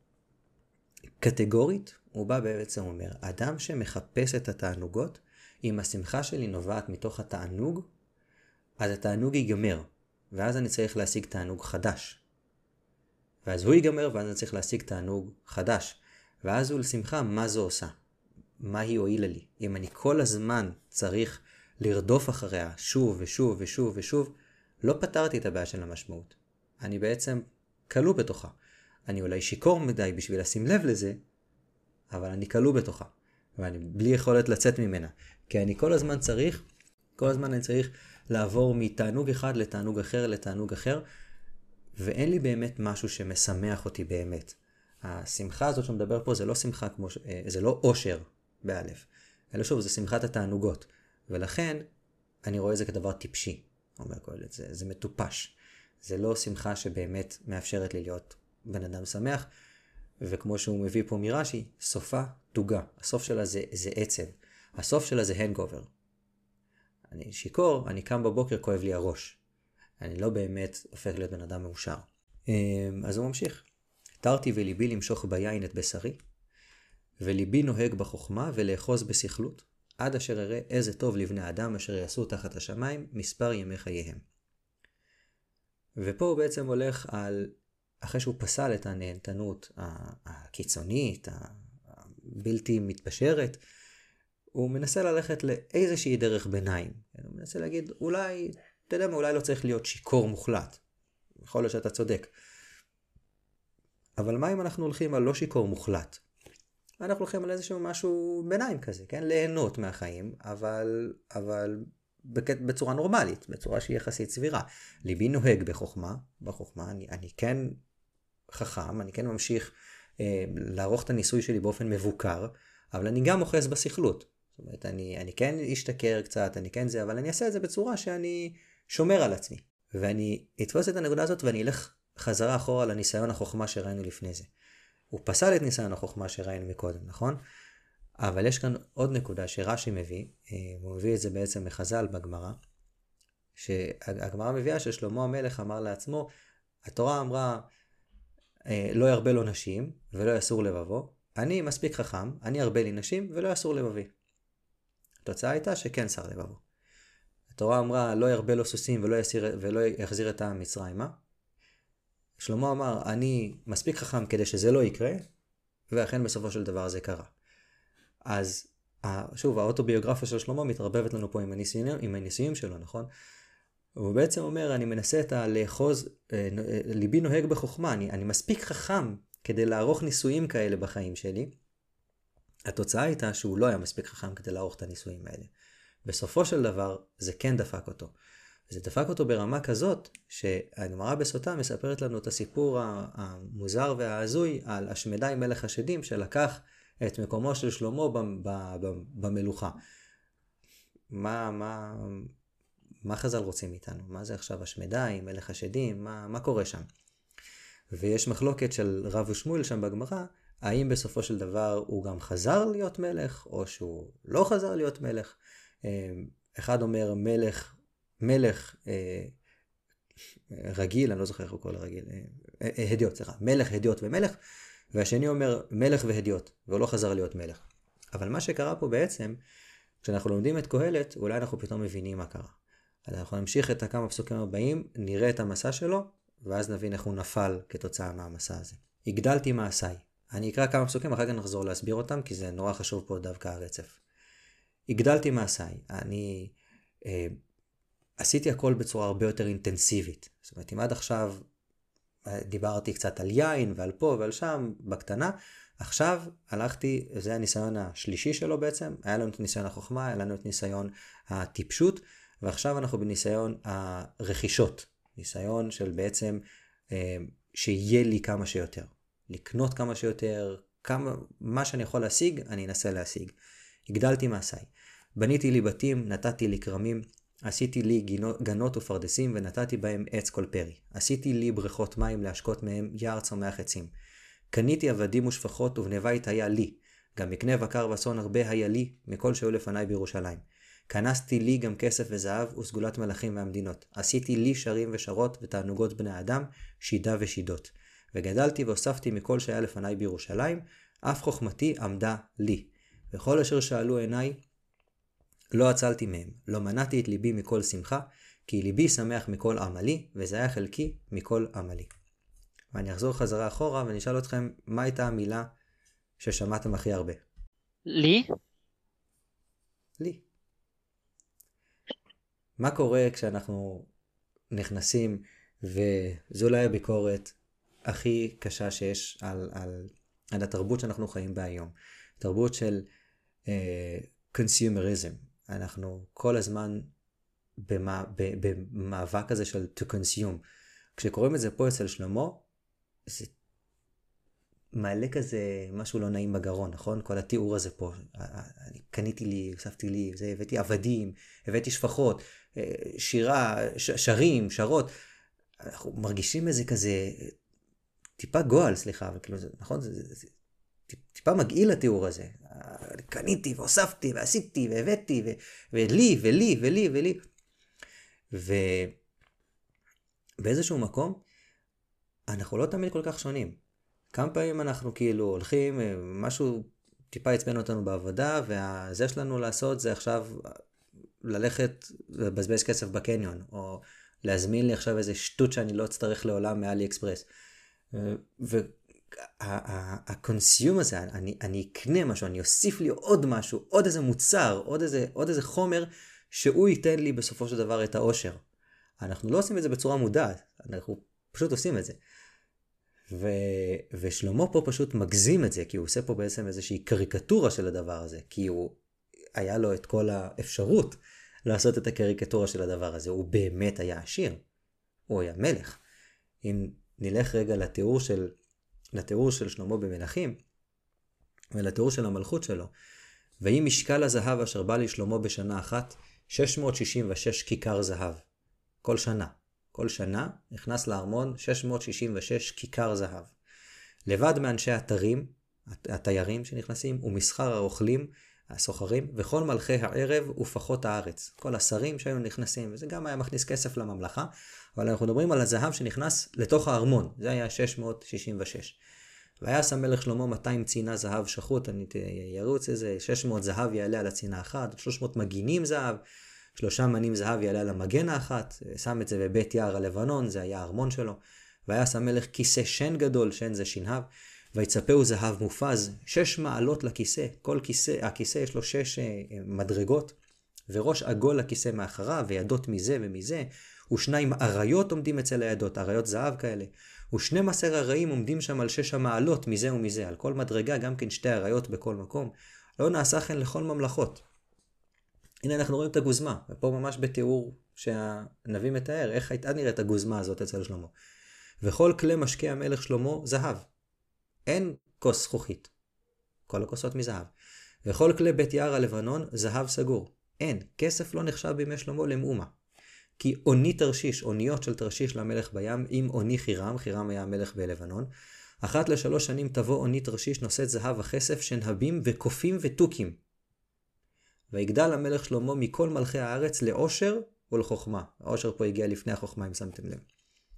קטגורית הוא בא בעצם אומר, אדם שמחפש את התענוגות, אם השמחה שלי נובעת מתוך התענוג, אז התענוג ייגמר, ואז אני צריך להשיג תענוג חדש. ואז הוא ייגמר, ואז אני צריך להשיג תענוג חדש. ואז הוא לשמחה, מה זו עושה? מה היא הועילה לי? אם אני כל הזמן צריך לרדוף אחריה שוב ושוב ושוב ושוב, לא פתרתי את הבעיה של המשמעות. אני בעצם כלוא בתוכה. אני אולי שיקור מדי בשביל לשים לב לזה, אבל אני כלוא בתוכה. ואני בלי יכולת לצאת ממנה. כי אני כל הזמן צריך, כל הזמן אני צריך לעבור מתענוג אחד לתענוג אחר לתענוג אחר, ואין לי באמת משהו שמשמח אותי באמת. השמחה הזאת שמדבר פה זה לא שמחה כמו, זה לא אושר באלף, אלא שוב זה שמחת התענוגות, ולכן אני רואה את זה כדבר טיפשי, אומר קהלת, זה, זה מטופש, זה לא שמחה שבאמת מאפשרת לי להיות בן אדם שמח, וכמו שהוא מביא פה מרש"י, סופה תוגה, הסוף שלה זה, זה עצב, הסוף שלה זה הנגובר. אני שיקור, אני קם בבוקר, כואב לי הראש. אני לא באמת הופך להיות בן אדם מאושר. אז הוא ממשיך. תרתי וליבי למשוך ביין את בשרי, וליבי נוהג בחוכמה ולאחוז בשכלות, עד אשר אראה איזה טוב לבני אדם אשר יעשו תחת השמיים מספר ימי חייהם. ופה הוא בעצם הולך על, אחרי שהוא פסל את הנהנתנות הקיצונית, הבלתי מתפשרת, הוא מנסה ללכת לאיזושהי דרך ביניים. הוא מנסה להגיד, אולי, אתה יודע מה, אולי לא צריך להיות שיקור מוחלט. יכול להיות שאתה צודק. אבל מה אם אנחנו הולכים על לא שיקור מוחלט? אנחנו הולכים על איזשהו משהו ביניים כזה, כן? ליהנות מהחיים, אבל, אבל בצורה נורמלית, בצורה שהיא יחסית סבירה. ליבי נוהג בחוכמה, בחוכמה, אני, אני כן חכם, אני כן ממשיך אה, לערוך את הניסוי שלי באופן מבוקר, אבל אני גם אוחז בשכלות. זאת אומרת, אני, אני כן אשתכר קצת, אני כן זה, אבל אני אעשה את זה בצורה שאני שומר על עצמי. ואני אתפוס את הנקודה הזאת ואני אלך חזרה אחורה לניסיון החוכמה שראינו לפני זה. הוא פסל את ניסיון החוכמה שראינו מקודם, נכון? אבל יש כאן עוד נקודה שרש"י מביא, הוא מביא את זה בעצם מחז"ל בגמרא, שהגמרא מביאה ששלמה המלך אמר לעצמו, התורה אמרה, לא ירבה לו נשים ולא יסור לבבו, אני מספיק חכם, אני ארבה לי נשים ולא יסור לבבי. התוצאה הייתה שכן שר לבבו. התורה אמרה, לא ירבה לו סוסים ולא, יסיר, ולא יחזיר את העם מצרימה. שלמה אמר, אני מספיק חכם כדי שזה לא יקרה, ואכן בסופו של דבר זה קרה. אז שוב, האוטוביוגרפיה של שלמה מתרבבת לנו פה עם הניסויים, עם הניסויים שלו, נכון? הוא בעצם אומר, אני מנסה את הלאחוז, ליבי נוהג בחוכמה, אני, אני מספיק חכם כדי לערוך ניסויים כאלה בחיים שלי. התוצאה הייתה שהוא לא היה מספיק חכם כדי לערוך את הניסויים האלה. בסופו של דבר זה כן דפק אותו. זה דפק אותו ברמה כזאת, שהגמרא בסוטה מספרת לנו את הסיפור המוזר וההזוי על השמדי מלך השדים, שלקח את מקומו של שלמה במלוכה. מה, מה, מה חז"ל רוצים איתנו? מה זה עכשיו השמדי, מלך השדים? מה, מה קורה שם? ויש מחלוקת של רב ושמואל שם בגמרא, האם בסופו של דבר הוא גם חזר להיות מלך, או שהוא לא חזר להיות מלך. אחד אומר מלך, מלך אה, רגיל, אני לא זוכר איך הוא קורא לרגיל, אה, אה, הדיוט, סליחה, מלך, הדיוט ומלך, והשני אומר מלך והדיוט, והוא לא חזר להיות מלך. אבל מה שקרה פה בעצם, כשאנחנו לומדים את קהלת, אולי אנחנו פתאום מבינים מה קרה. אז אנחנו נמשיך את הכמה פסוקים הבאים, נראה את המסע שלו, ואז נבין איך הוא נפל כתוצאה מהמסע הזה. הגדלתי מעשיי. אני אקרא כמה פסוקים, אחר כך נחזור להסביר אותם, כי זה נורא חשוב פה דווקא הרצף. הגדלתי מעשיי. אני אה, עשיתי הכל בצורה הרבה יותר אינטנסיבית. זאת אומרת, אם עד עכשיו דיברתי קצת על יין ועל פה ועל שם, בקטנה, עכשיו הלכתי, זה הניסיון השלישי שלו בעצם, היה לנו את ניסיון החוכמה, היה לנו את ניסיון הטיפשות, ועכשיו אנחנו בניסיון הרכישות. ניסיון של בעצם אה, שיהיה לי כמה שיותר. לקנות כמה שיותר, כמה, מה שאני יכול להשיג, אני אנסה להשיג. הגדלתי מעשיי. בניתי לי בתים, נתתי לי כרמים, עשיתי לי גינות, גנות ופרדסים ונתתי בהם עץ כל פרי. עשיתי לי בריכות מים להשקות מהם יער צומח עצים. קניתי עבדים ושפחות ובני בית היה לי. גם מקנה בקר וצאן הרבה היה לי מכל שהיו לפניי בירושלים. כנסתי לי גם כסף וזהב וסגולת מלכים מהמדינות. עשיתי לי שרים ושרות ותענוגות בני אדם, שידה ושידות. וגדלתי והוספתי מכל שהיה לפניי בירושלים, אף חוכמתי עמדה לי. וכל אשר שאלו עיניי, לא הצלתי מהם. לא מנעתי את ליבי מכל שמחה, כי ליבי שמח מכל עמלי, וזה היה חלקי מכל עמלי. ואני אחזור חזרה אחורה ואני אשאל אתכם, מה הייתה המילה ששמעתם הכי הרבה? לי? לי. מה קורה כשאנחנו נכנסים, וזו אולי הביקורת הכי קשה שיש על, על, על התרבות שאנחנו חיים בה היום. תרבות של קונסיומריזם. Uh, אנחנו כל הזמן במה, במאבק הזה של to consume. כשקוראים את זה פה אצל שלמה, זה מעלה כזה משהו לא נעים בגרון, נכון? כל התיאור הזה פה. אני קניתי לי, הוספתי לי, זה, הבאתי עבדים, הבאתי שפחות, שירה, ש, שרים, שרות. אנחנו מרגישים איזה כזה, טיפה גועל, סליחה, וכאילו זה, נכון? זה, זה, זה טיפה מגעיל התיאור הזה. קניתי והוספתי ועשיתי והבאתי ו, ולי ולי ולי ולי. ובאיזשהו מקום, אנחנו לא תמיד כל כך שונים. כמה פעמים אנחנו כאילו הולכים, משהו טיפה יצבן אותנו בעבודה, והזה שלנו לעשות זה עכשיו ללכת לבזבז כסף בקניון, או להזמין לי עכשיו איזה שטות שאני לא אצטרך לעולם מאלי אקספרס. והקונסיום הזה, אני, אני אקנה משהו, אני אוסיף לי עוד משהו, עוד איזה מוצר, עוד איזה, עוד איזה חומר, שהוא ייתן לי בסופו של דבר את האושר. אנחנו לא עושים את זה בצורה מודעת, אנחנו פשוט עושים את זה. ו... ושלמה פה פשוט מגזים את זה, כי הוא עושה פה בעצם איזושהי קריקטורה של הדבר הזה, כי הוא היה לו את כל האפשרות לעשות את הקריקטורה של הדבר הזה. הוא באמת היה עשיר, הוא היה מלך. אם נלך רגע לתיאור של, לתיאור של שלמה במלכים, ולתיאור של המלכות שלו, והיא משקל הזהב אשר בא לשלמה בשנה אחת, שש מאות שישים ושש כיכר זהב. כל שנה. כל שנה נכנס לארמון שש מאות שישים ושש כיכר זהב. לבד מאנשי התרים, התיירים שנכנסים, ומסחר הרוכלים, הסוחרים, וכל מלכי הערב ופחות הארץ. כל השרים שהיו נכנסים, וזה גם היה מכניס כסף לממלכה, אבל אנחנו מדברים על הזהב שנכנס לתוך הארמון. זה היה שש מאות שישים ושש. והיה שם מלך שלמה מאתיים צינה זהב שחוט, אני ירוץ איזה, שש מאות זהב יעלה על הצינה אחת, שלוש מאות מגינים זהב, שלושה מנים זהב יעלה על המגן האחת, שם את זה בבית יער הלבנון, זה היה הארמון שלו. והיה שם מלך כיסא שן גדול, שן זה שנהב, ויצפהו זהב מופז, שש מעלות לכיסא, כל כיסא, הכיסא יש לו שש מדרגות, וראש עגול לכיסא מאחריו, וידות מזה ומזה, ושניים אריות עומדים אצל הידות, אריות זהב כאלה, ושנים עשר אריים עומדים שם על שש המעלות מזה ומזה, על כל מדרגה גם כן שתי אריות בכל מקום, לא נעשה כן לכל ממלכות. הנה אנחנו רואים את הגוזמה, ופה ממש בתיאור שהנביא מתאר איך הייתה נראית הגוזמה הזאת אצל שלמה. וכל כלי משקה המלך שלמה זהב. אין כוס זכוכית. כל הכוסות מזהב. וכל כלי בית יער הלבנון זהב סגור. אין, כסף לא נחשב בימי שלמה למאומה. כי אוני תרשיש, אוניות של תרשיש למלך בים, עם אוני חירם, חירם היה המלך בלבנון, אחת לשלוש שנים תבוא אוני תרשיש נושאת זהב וכסף שנהבים וקופים ותוכים. ויגדל המלך שלמה מכל מלכי הארץ לעושר ולחוכמה. העושר פה הגיע לפני החוכמה, אם שמתם לב.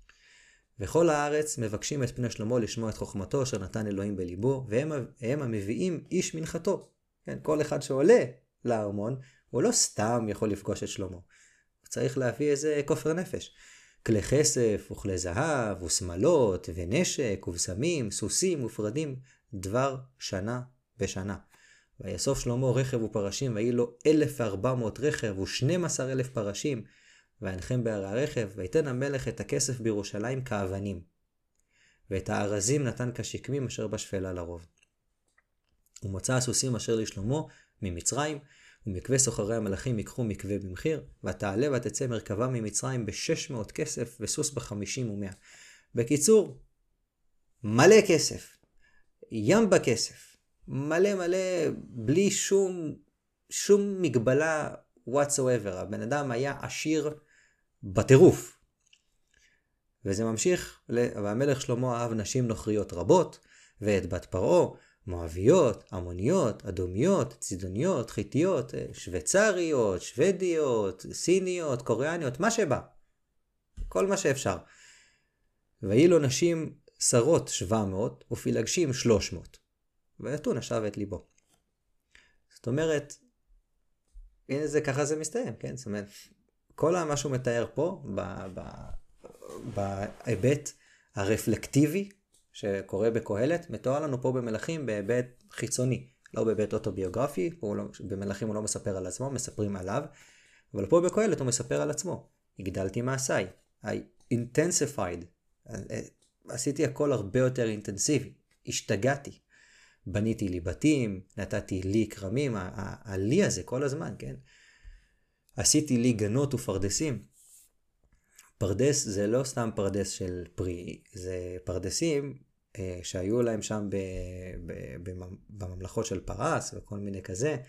וכל הארץ מבקשים את פני שלמה לשמוע את חוכמתו אשר נתן אלוהים בליבו, והם הם המביאים איש מנחתו. כן, כל אחד שעולה לארמון, הוא לא סתם יכול לפגוש את שלמה. הוא צריך להביא איזה כופר נפש. כלי כסף וכלי זהב ושמלות ונשק ובשמים, סוסים ופרדים, דבר שנה בשנה. ויאסוף שלמה רכב ופרשים, ויהי לו אלף וארבע מאות רכב ושנים עשר אלף פרשים, וינחם בהרי הרכב, ויתן המלך את הכסף בירושלים כאבנים, ואת הארזים נתן כשקמים אשר בשפלה לרוב. ומוצא הסוסים אשר לשלמה ממצרים, ומקווה סוחרי המלכים יקחו מקווה במחיר, ותעלה ותצא מרכבה ממצרים בשש מאות כסף, וסוס בחמישים ומאה. בקיצור, מלא כסף, ים בכסף, מלא מלא, בלי שום, שום מגבלה whatsoever. הבן אדם היה עשיר בטירוף. וזה ממשיך, והמלך שלמה אהב נשים נוכריות רבות, ואת בת פרעה, מואביות, עמוניות, אדומיות, צידוניות, חיתיות, שוויצריות, שוודיות, סיניות, קוריאניות, מה שבא. כל מה שאפשר. והיו לו נשים שרות שבע מאות, ופילגשים שלוש מאות. ונתון נשב את ליבו. זאת אומרת, הנה זה, ככה זה מסתיים, כן? זאת אומרת, כל מה שהוא מתאר פה, בהיבט הרפלקטיבי שקורה בקהלת, מתואר לנו פה במלכים בהיבט חיצוני, לא בהיבט אוטוביוגרפי, לא, במלכים הוא לא מספר על עצמו, מספרים עליו, אבל פה בקהלת הוא מספר על עצמו. הגדלתי מעשיי, I intensified, עשיתי הכל הרבה יותר אינטנסיבי, השתגעתי. בניתי לי בתים, נתתי לי כרמים, הלי הזה כל הזמן, כן? עשיתי לי גנות ופרדסים. פרדס זה לא סתם פרדס של פרי, זה פרדסים אה, שהיו להם שם ב, ב, ב, בממלכות של פרס וכל מיני כזה.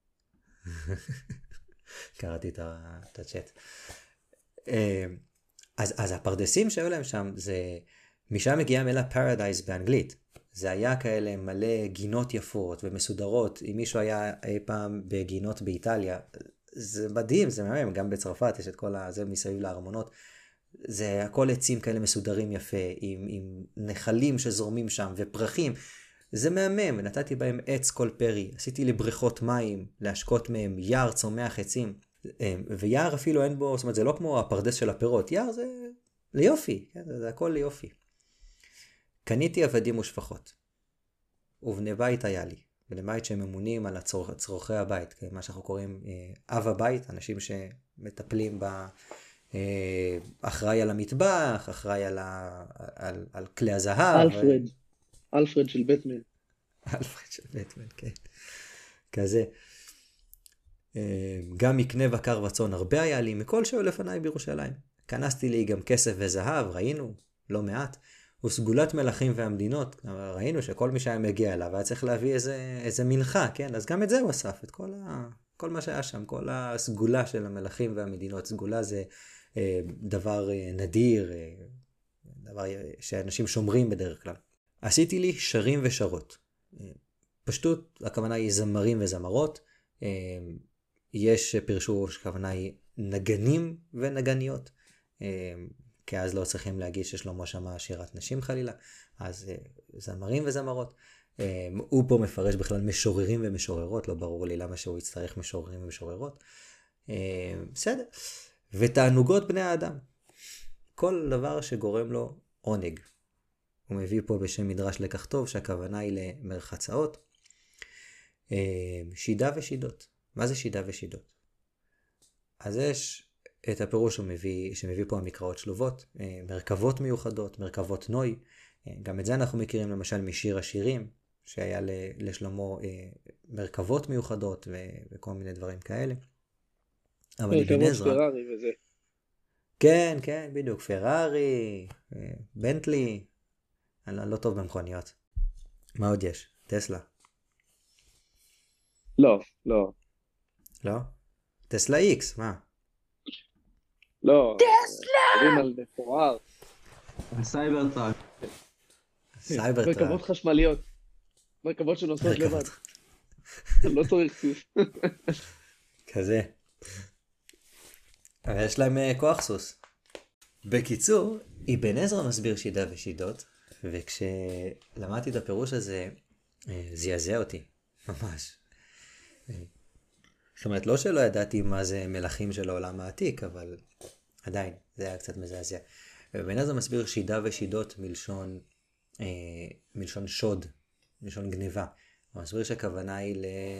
קראתי את הצ'אט. אה, אז, אז הפרדסים שהיו להם שם, זה, משם מגיעה מילה פרדייס באנגלית. זה היה כאלה מלא גינות יפות ומסודרות. אם מישהו היה אי פעם בגינות באיטליה, זה מדהים, זה מהמם. גם בצרפת יש את כל זה מסביב לארמונות. זה הכל עצים כאלה מסודרים יפה, עם, עם נחלים שזורמים שם ופרחים. זה מהמם, נתתי בהם עץ כל פרי. עשיתי לי בריכות מים, להשקות מהם יער צומח עצים. ויער אפילו אין בו, זאת אומרת, זה לא כמו הפרדס של הפירות. יער זה ליופי, כן? זה הכל ליופי. קניתי עבדים ושפחות, ובני בית היה לי, בני בית שהם ממונים על הצור, צורכי הבית, מה שאנחנו קוראים אה, אב הבית, אנשים שמטפלים ב... אה, אחראי על המטבח, אחראי על, ה, על, על כלי הזהב. אלפרד, ו... אלפרד של בטמן. אלפרד של בטמן, כן. כזה. אה, גם מקנה בקר וצאן הרבה היה לי, מכל שהיו לפניי בירושלים. כנסתי לי גם כסף וזהב, ראינו, לא מעט. וסגולת מלכים והמדינות, ראינו שכל מי שהיה מגיע אליו היה צריך להביא איזה, איזה מנחה, כן? אז גם את זה הוא אסף, את כל, ה, כל מה שהיה שם, כל הסגולה של המלכים והמדינות. סגולה זה אה, דבר אה, נדיר, אה, דבר שאנשים שומרים בדרך כלל. עשיתי לי שרים ושרות. אה, פשטות, הכוונה היא זמרים וזמרות. אה, יש פרשו שהכוונה היא נגנים ונגניות. אה, כי אז לא צריכים להגיד ששלמה שמע שירת נשים חלילה, אז זמרים וזמרות. הוא פה מפרש בכלל משוררים ומשוררות, לא ברור לי למה שהוא יצטרך משוררים ומשוררות. בסדר. ותענוגות בני האדם. כל דבר שגורם לו עונג. הוא מביא פה בשם מדרש לקח טוב, שהכוונה היא למרחצאות. שידה ושידות. מה זה שידה ושידות? אז יש... את הפירוש שהוא מביא, שמביא פה המקראות שלובות, מרכבות מיוחדות, מרכבות נוי. גם את זה אנחנו מכירים למשל משיר השירים, שהיה לשלמה מרכבות מיוחדות וכל מיני דברים כאלה. אבל אבן רכבות עזרא, פרארי וזה. כן, כן, בדיוק, פרארי, אה, בנטלי, אני לא, לא טוב במכוניות. מה עוד יש? טסלה. לא, לא, לא? טסלה איקס, מה? לא. טסלה! מדברים על מפואר. סייבר טראק. סייבר טראק. רכבות חשמליות. רכבות שנוסעות רכבות. לבד. לא צריך סוס. כזה. אבל יש להם אה, כוח סוס. בקיצור, אבן עזרא מסביר שידה ושידות, וכשלמדתי את הפירוש הזה, אה, זעזע אותי, ממש. אה, זאת אומרת, לא שלא ידעתי מה זה מלכים של העולם העתיק, אבל עדיין, זה היה קצת מזעזע. אבן עזרא מסביר שידה ושידות מלשון, אה, מלשון שוד, מלשון גניבה. הוא מסביר שהכוונה היא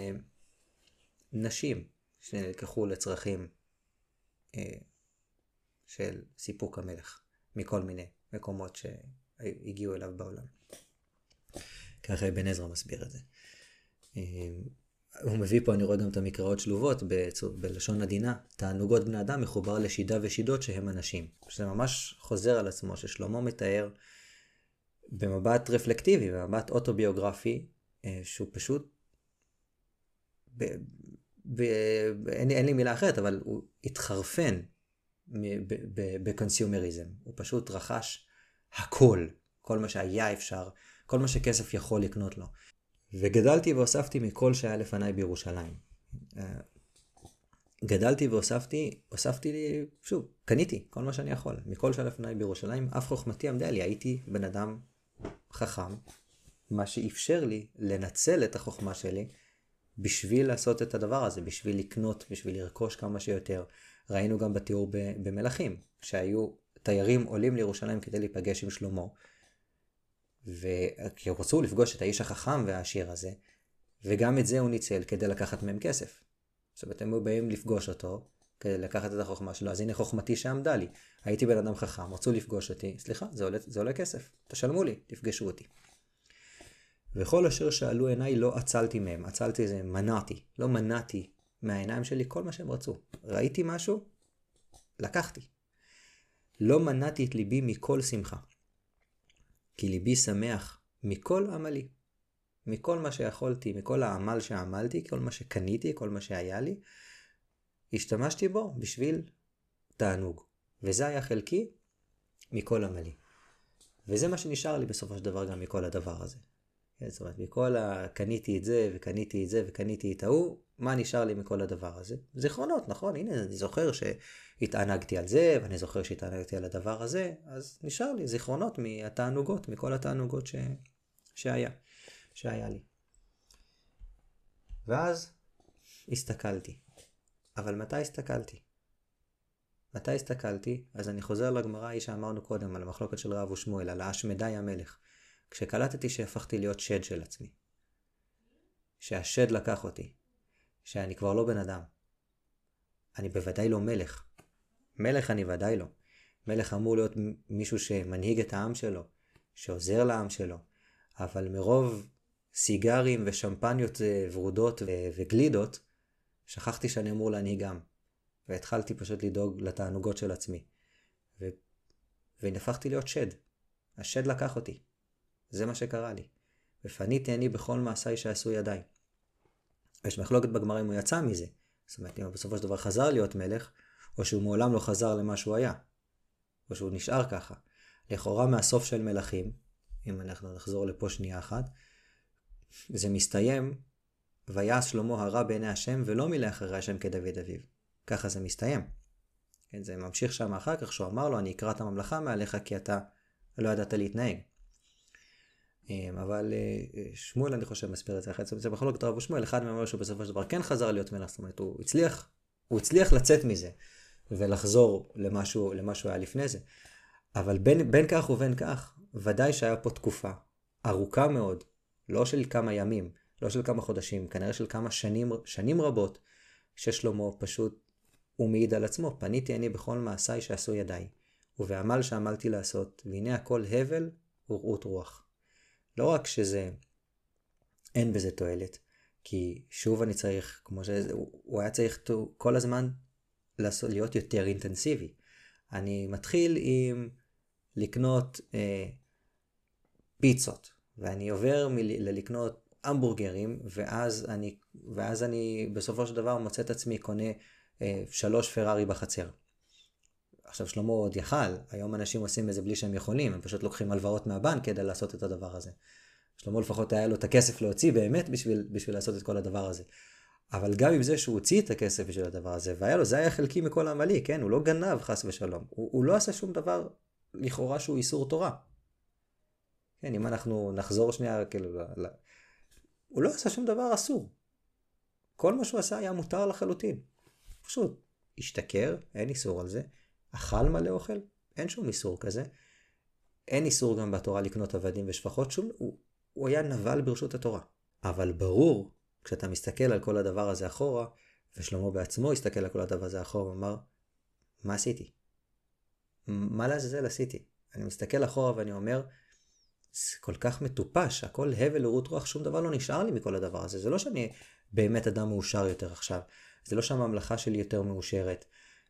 לנשים שנלקחו לצרכים אה, של סיפוק המלך מכל מיני מקומות שהגיעו אליו בעולם. ככה אבן עזרא מסביר את זה. אה, הוא מביא פה, אני רואה גם את המקראות שלובות בצור, בלשון עדינה, תענוגות בני אדם מחובר לשידה ושידות שהם אנשים. שזה ממש חוזר על עצמו, ששלמה מתאר במבט רפלקטיבי, במבט אוטוביוגרפי, שהוא פשוט, ב, ב, אין, אין לי מילה אחרת, אבל הוא התחרפן בקונסיומריזם. הוא פשוט רכש הכל, כל מה שהיה אפשר, כל מה שכסף יכול לקנות לו. וגדלתי והוספתי מכל שהיה לפניי בירושלים. גדלתי והוספתי, הוספתי לי, שוב, קניתי כל מה שאני יכול. מכל שהיה לפניי בירושלים, אף חוכמתי עמדה לי, הייתי בן אדם חכם, מה שאפשר לי לנצל את החוכמה שלי בשביל לעשות את הדבר הזה, בשביל לקנות, בשביל לרכוש כמה שיותר. ראינו גם בתיאור במלכים, שהיו תיירים עולים לירושלים כדי להיפגש עם שלמה, וכי רצו לפגוש את האיש החכם והעשיר הזה, וגם את זה הוא ניצל כדי לקחת מהם כסף. זאת אומרת, הם באים לפגוש אותו כדי לקחת את החוכמה שלו, אז הנה חוכמתי שעמדה לי. הייתי בן אדם חכם, רצו לפגוש אותי, סליחה, זה עולה, זה עולה כסף, תשלמו לי, תפגשו אותי. וכל אשר שאלו עיניי לא עצלתי מהם, עצלתי זה מנעתי, לא מנעתי מהעיניים שלי כל מה שהם רצו. ראיתי משהו, לקחתי. לא מנעתי את ליבי מכל שמחה, כי ליבי שמח מכל עמלי, מכל מה שיכולתי, מכל העמל שעמלתי, כל מה שקניתי, כל מה שהיה לי, השתמשתי בו בשביל תענוג. וזה היה חלקי מכל עמלי. וזה מה שנשאר לי בסופו של דבר גם מכל הדבר הזה. זאת אומרת, מכל ה... קניתי את זה, וקניתי את זה, וקניתי את ההוא, מה נשאר לי מכל הדבר הזה? זיכרונות, נכון? הנה, אני זוכר שהתענגתי על זה, ואני זוכר שהתענגתי על הדבר הזה, אז נשאר לי זיכרונות מהתענוגות, מכל התענוגות ש... שהיה, שהיה לי. ואז הסתכלתי. אבל מתי הסתכלתי? מתי הסתכלתי? אז אני חוזר לגמרא ההיא שאמרנו קודם, על המחלוקת של רב ושמואל, על האשמדי המלך. כשקלטתי שהפכתי להיות שד של עצמי. שהשד לקח אותי. שאני כבר לא בן אדם. אני בוודאי לא מלך. מלך אני ודאי לא. מלך אמור להיות מישהו שמנהיג את העם שלו, שעוזר לעם שלו. אבל מרוב סיגרים ושמפניות ורודות וגלידות, שכחתי שאני אמור להנהיג עם. והתחלתי פשוט לדאוג לתענוגות של עצמי. ו... ונפחתי להיות שד. השד לקח אותי. זה מה שקרה לי. ופניתי אני בכל מעשיי שעשו ידיי. יש מחלוקת בגמרא אם הוא יצא מזה. זאת אומרת, אם הוא בסופו של דבר חזר להיות מלך, או שהוא מעולם לא חזר למה שהוא היה. או שהוא נשאר ככה. לכאורה מהסוף של מלכים, אם אנחנו נחזור לפה שנייה אחת, זה מסתיים, ויעש שלמה הרע בעיני השם, ולא מילא אחרי השם כדוד אביו. ככה זה מסתיים. כן, זה ממשיך שם אחר כך, שהוא אמר לו, אני אקרא את הממלכה מעליך, כי אתה לא ידעת להתנהג. אבל שמואל, אני חושב, מסביר את זה אחרי, זה בכל זאת רב ושמואל, אחד מהם אומר שהוא בסופו של דבר כן חזר להיות מלך, זאת אומרת, הוא הצליח, הוא הצליח לצאת מזה, ולחזור למשהו, למשהו היה לפני זה. אבל בין, בין כך ובין כך, ודאי שהיה פה תקופה ארוכה מאוד, לא של כמה ימים, לא של כמה חודשים, כנראה של כמה שנים, שנים רבות, ששלמה פשוט, הוא מעיד על עצמו, פניתי אני בכל מעשיי שעשו ידיי, ובעמל שעמלתי לעשות, והנה הכל הבל ורעות רוח. לא רק שזה, אין בזה תועלת, כי שוב אני צריך, כמו שזה, הוא היה צריך כל הזמן להיות יותר אינטנסיבי. אני מתחיל עם לקנות אה, פיצות, ואני עובר מ- לקנות המבורגרים, ואז אני, ואז אני בסופו של דבר מוצא את עצמי קונה אה, שלוש פרארי בחצר. עכשיו שלמה עוד יכל, היום אנשים עושים את זה בלי שהם יכולים, הם פשוט לוקחים הלוואות מהבנק כדי לעשות את הדבר הזה. שלמה לפחות היה לו את הכסף להוציא באמת בשביל, בשביל לעשות את כל הדבר הזה. אבל גם עם זה שהוא הוציא את הכסף בשביל הדבר הזה, והיה לו, זה היה חלקי מכל העמלי, כן? הוא לא גנב חס ושלום. הוא, הוא לא עשה שום דבר לכאורה שהוא איסור תורה. כן, אם אנחנו נחזור שנייה, כאילו, לא, הוא לא עשה שום דבר אסור. כל מה שהוא עשה היה מותר לחלוטין. פשוט השתכר, אין איסור על זה. אכל מלא אוכל, אין שום איסור כזה. אין איסור גם בתורה לקנות עבדים ושפחות, שום, הוא, הוא היה נבל ברשות התורה. אבל ברור, כשאתה מסתכל על כל הדבר הזה אחורה, ושלמה בעצמו הסתכל על כל הדבר הזה אחורה, ואמר, מה עשיתי? מה לעזאזל עשיתי? אני מסתכל אחורה ואני אומר, זה כל כך מטופש, הכל הבל ורעות רוח, שום דבר לא נשאר לי מכל הדבר הזה. זה לא שאני באמת אדם מאושר יותר עכשיו. זה לא שהממלכה שלי יותר מאושרת.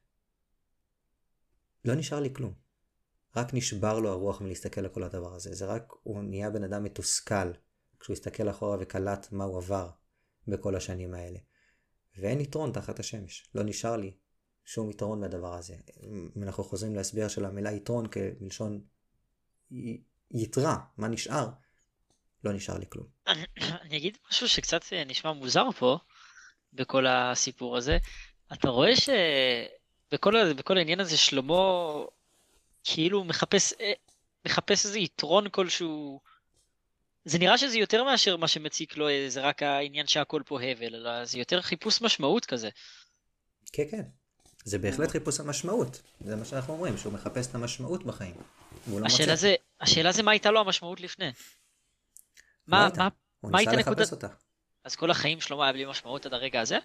לא נשאר לי כלום. רק נשבר לו הרוח מלהסתכל על כל הדבר הזה. זה רק, הוא נהיה בן אדם מתוסכל, כשהוא הסתכל אחורה וקלט מה הוא עבר בכל השנים האלה. ואין יתרון תחת השמש. לא נשאר לי שום יתרון מהדבר הזה. אם אנחנו חוזרים להסביר של המילה יתרון כמלשון יתרה, מה נשאר? לא נשאר לי כלום. אני אגיד משהו שקצת נשמע מוזר פה, בכל הסיפור הזה. אתה רואה שבכל בכל העניין הזה שלמה כאילו מחפש, מחפש איזה יתרון כלשהו. זה נראה שזה יותר מאשר מה שמציק לו, זה רק העניין שהכל פה הבל, אלא זה יותר חיפוש משמעות כזה. כן, כן. זה בהחלט חיפוש המשמעות. זה מה שאנחנו אומרים, שהוא מחפש את המשמעות בחיים. השאלה זה, השאלה זה מה הייתה לו המשמעות לפני. מה, מה, הוא מה ניסה הייתה לחפש נקודת... אותה. אז כל החיים שלמה היה בלי משמעות עד הרגע הזה?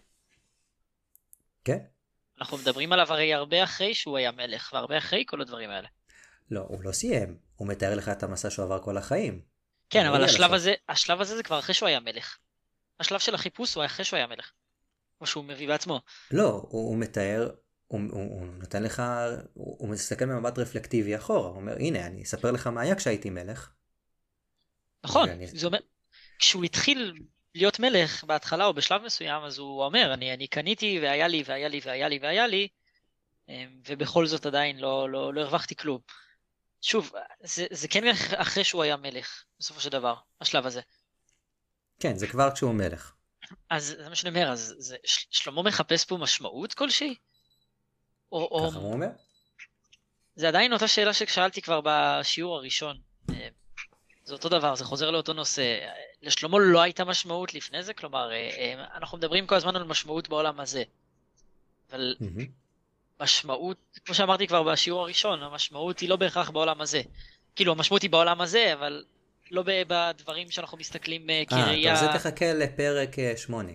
כן. אנחנו מדברים עליו הרי הרבה אחרי שהוא היה מלך, והרבה אחרי כל הדברים האלה. לא, הוא לא סיים. הוא מתאר לך את המסע שהוא עבר כל החיים. כן, אבל השלב הזה, השלב הזה זה כבר אחרי שהוא היה מלך. השלב של החיפוש הוא היה אחרי שהוא היה מלך. או שהוא מביא בעצמו. לא, הוא, הוא מתאר, הוא, הוא, הוא נותן לך, הוא, הוא מסתכל במבט רפלקטיבי אחורה. הוא אומר, הנה, אני אספר לך מה היה כשהייתי מלך. נכון, ואני... זה אומר, כשהוא התחיל להיות מלך בהתחלה או בשלב מסוים, אז הוא אומר, אני, אני קניתי והיה לי והיה לי והיה לי והיה לי, ובכל זאת עדיין לא, לא, לא הרווחתי כלום. שוב, זה, זה כן אחרי שהוא היה מלך, בסופו של דבר, השלב הזה. כן, זה כבר כשהוא מלך. אז זה מה שאני אומר, אז זה, שלמה מחפש פה משמעות כלשהי? או, ככה או... הוא אומר? זה עדיין אותה שאלה ששאלתי כבר בשיעור הראשון. זה אותו דבר, זה חוזר לאותו נושא. לשלמה לא הייתה משמעות לפני זה, כלומר, אנחנו מדברים כל הזמן על משמעות בעולם הזה. אבל Mm-hmm. משמעות, כמו שאמרתי כבר בשיעור הראשון, המשמעות היא לא בהכרח בעולם הזה. כאילו, המשמעות היא בעולם הזה, אבל לא בדברים שאנחנו מסתכלים כראייה... אה, אז זה תחכה לפרק שמונה.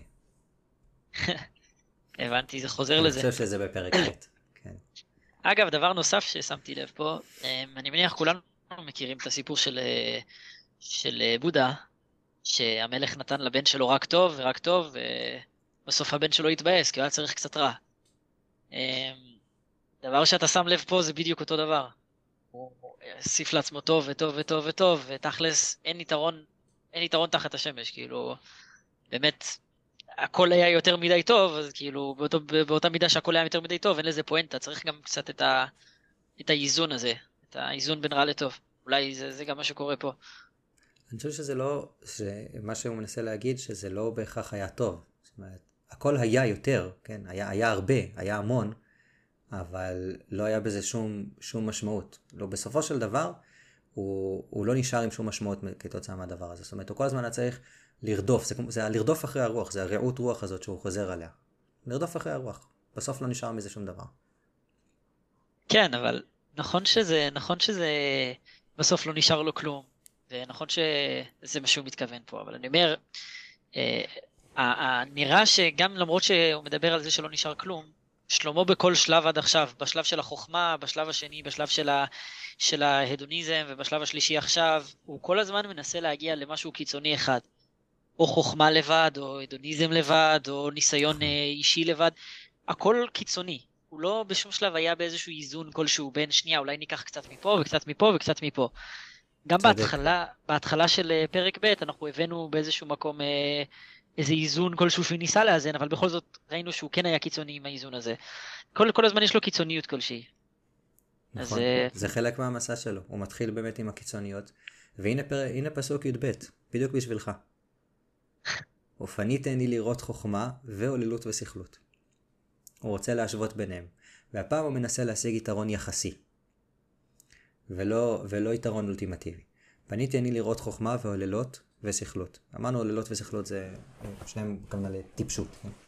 הבנתי, זה חוזר לזה. אני חושב שזה בפרק ח'. כן. אגב, דבר נוסף ששמתי לב פה, אני מניח כולנו מכירים את הסיפור של, של בודה, שהמלך נתן לבן שלו רק טוב ורק טוב, ובסוף הבן שלו התבאס, כי הוא היה צריך קצת רע. דבר שאתה שם לב פה זה בדיוק אותו דבר. הוא הוסיף לעצמו טוב וטוב וטוב וטוב, ותכלס אין יתרון, אין יתרון תחת השמש, כאילו, באמת, הכל היה יותר מדי טוב, אז כאילו, באותו, באותה מידה שהכל היה יותר מדי טוב, אין לזה פואנטה, צריך גם קצת את, ה, את האיזון הזה, את האיזון בין רע לטוב. אולי זה, זה גם מה שקורה פה. אני חושב שזה לא, מה שהוא מנסה להגיד, שזה לא בהכרח היה טוב. זאת אומרת, הכל היה יותר, כן? היה, היה הרבה, היה המון, אבל לא היה בזה שום, שום משמעות. לא, בסופו של דבר, הוא, הוא לא נשאר עם שום משמעות כתוצאה מהדבר הזה. זאת אומרת, הוא כל הזמן היה צריך לרדוף, זה, זה לרדוף אחרי הרוח, זה הרעות רוח הזאת שהוא חוזר עליה. לרדוף אחרי הרוח. בסוף לא נשאר מזה שום דבר. כן, אבל נכון שזה, נכון שזה, בסוף לא נשאר לו כלום. ונכון שזה מה שהוא מתכוון פה, אבל אני אומר, אה, נראה שגם למרות שהוא מדבר על זה שלא נשאר כלום, שלמה בכל שלב עד עכשיו, בשלב של החוכמה, בשלב השני, בשלב של, ה, של ההדוניזם, ובשלב השלישי עכשיו, הוא כל הזמן מנסה להגיע למשהו קיצוני אחד. או חוכמה לבד, או הדוניזם לבד, או ניסיון אישי לבד. הכל קיצוני. הוא לא בשום שלב היה באיזשהו איזון כלשהו בין שנייה, אולי ניקח קצת מפה וקצת מפה וקצת מפה. גם בהתחלה, בהתחלה של פרק ב' אנחנו הבאנו באיזשהו מקום אה, איזה איזון כלשהו שהוא ניסה לאזן, אבל בכל זאת ראינו שהוא כן היה קיצוני עם האיזון הזה. כל, כל הזמן יש לו קיצוניות כלשהי. נכון, אז, זה חלק מהמסע שלו, הוא מתחיל באמת עם הקיצוניות, והנה פר... הנה פסוק י' ב', בדיוק בשבילך. ופניתני לראות חוכמה ועוללות וסכלות. הוא רוצה להשוות ביניהם, והפעם הוא מנסה להשיג יתרון יחסי, ולא, ולא יתרון אולטימטיבי. פניתי אני לראות חוכמה ועוללות וסכלות. אמרנו עוללות וסכלות זה שניהם כמובן לטיפשות.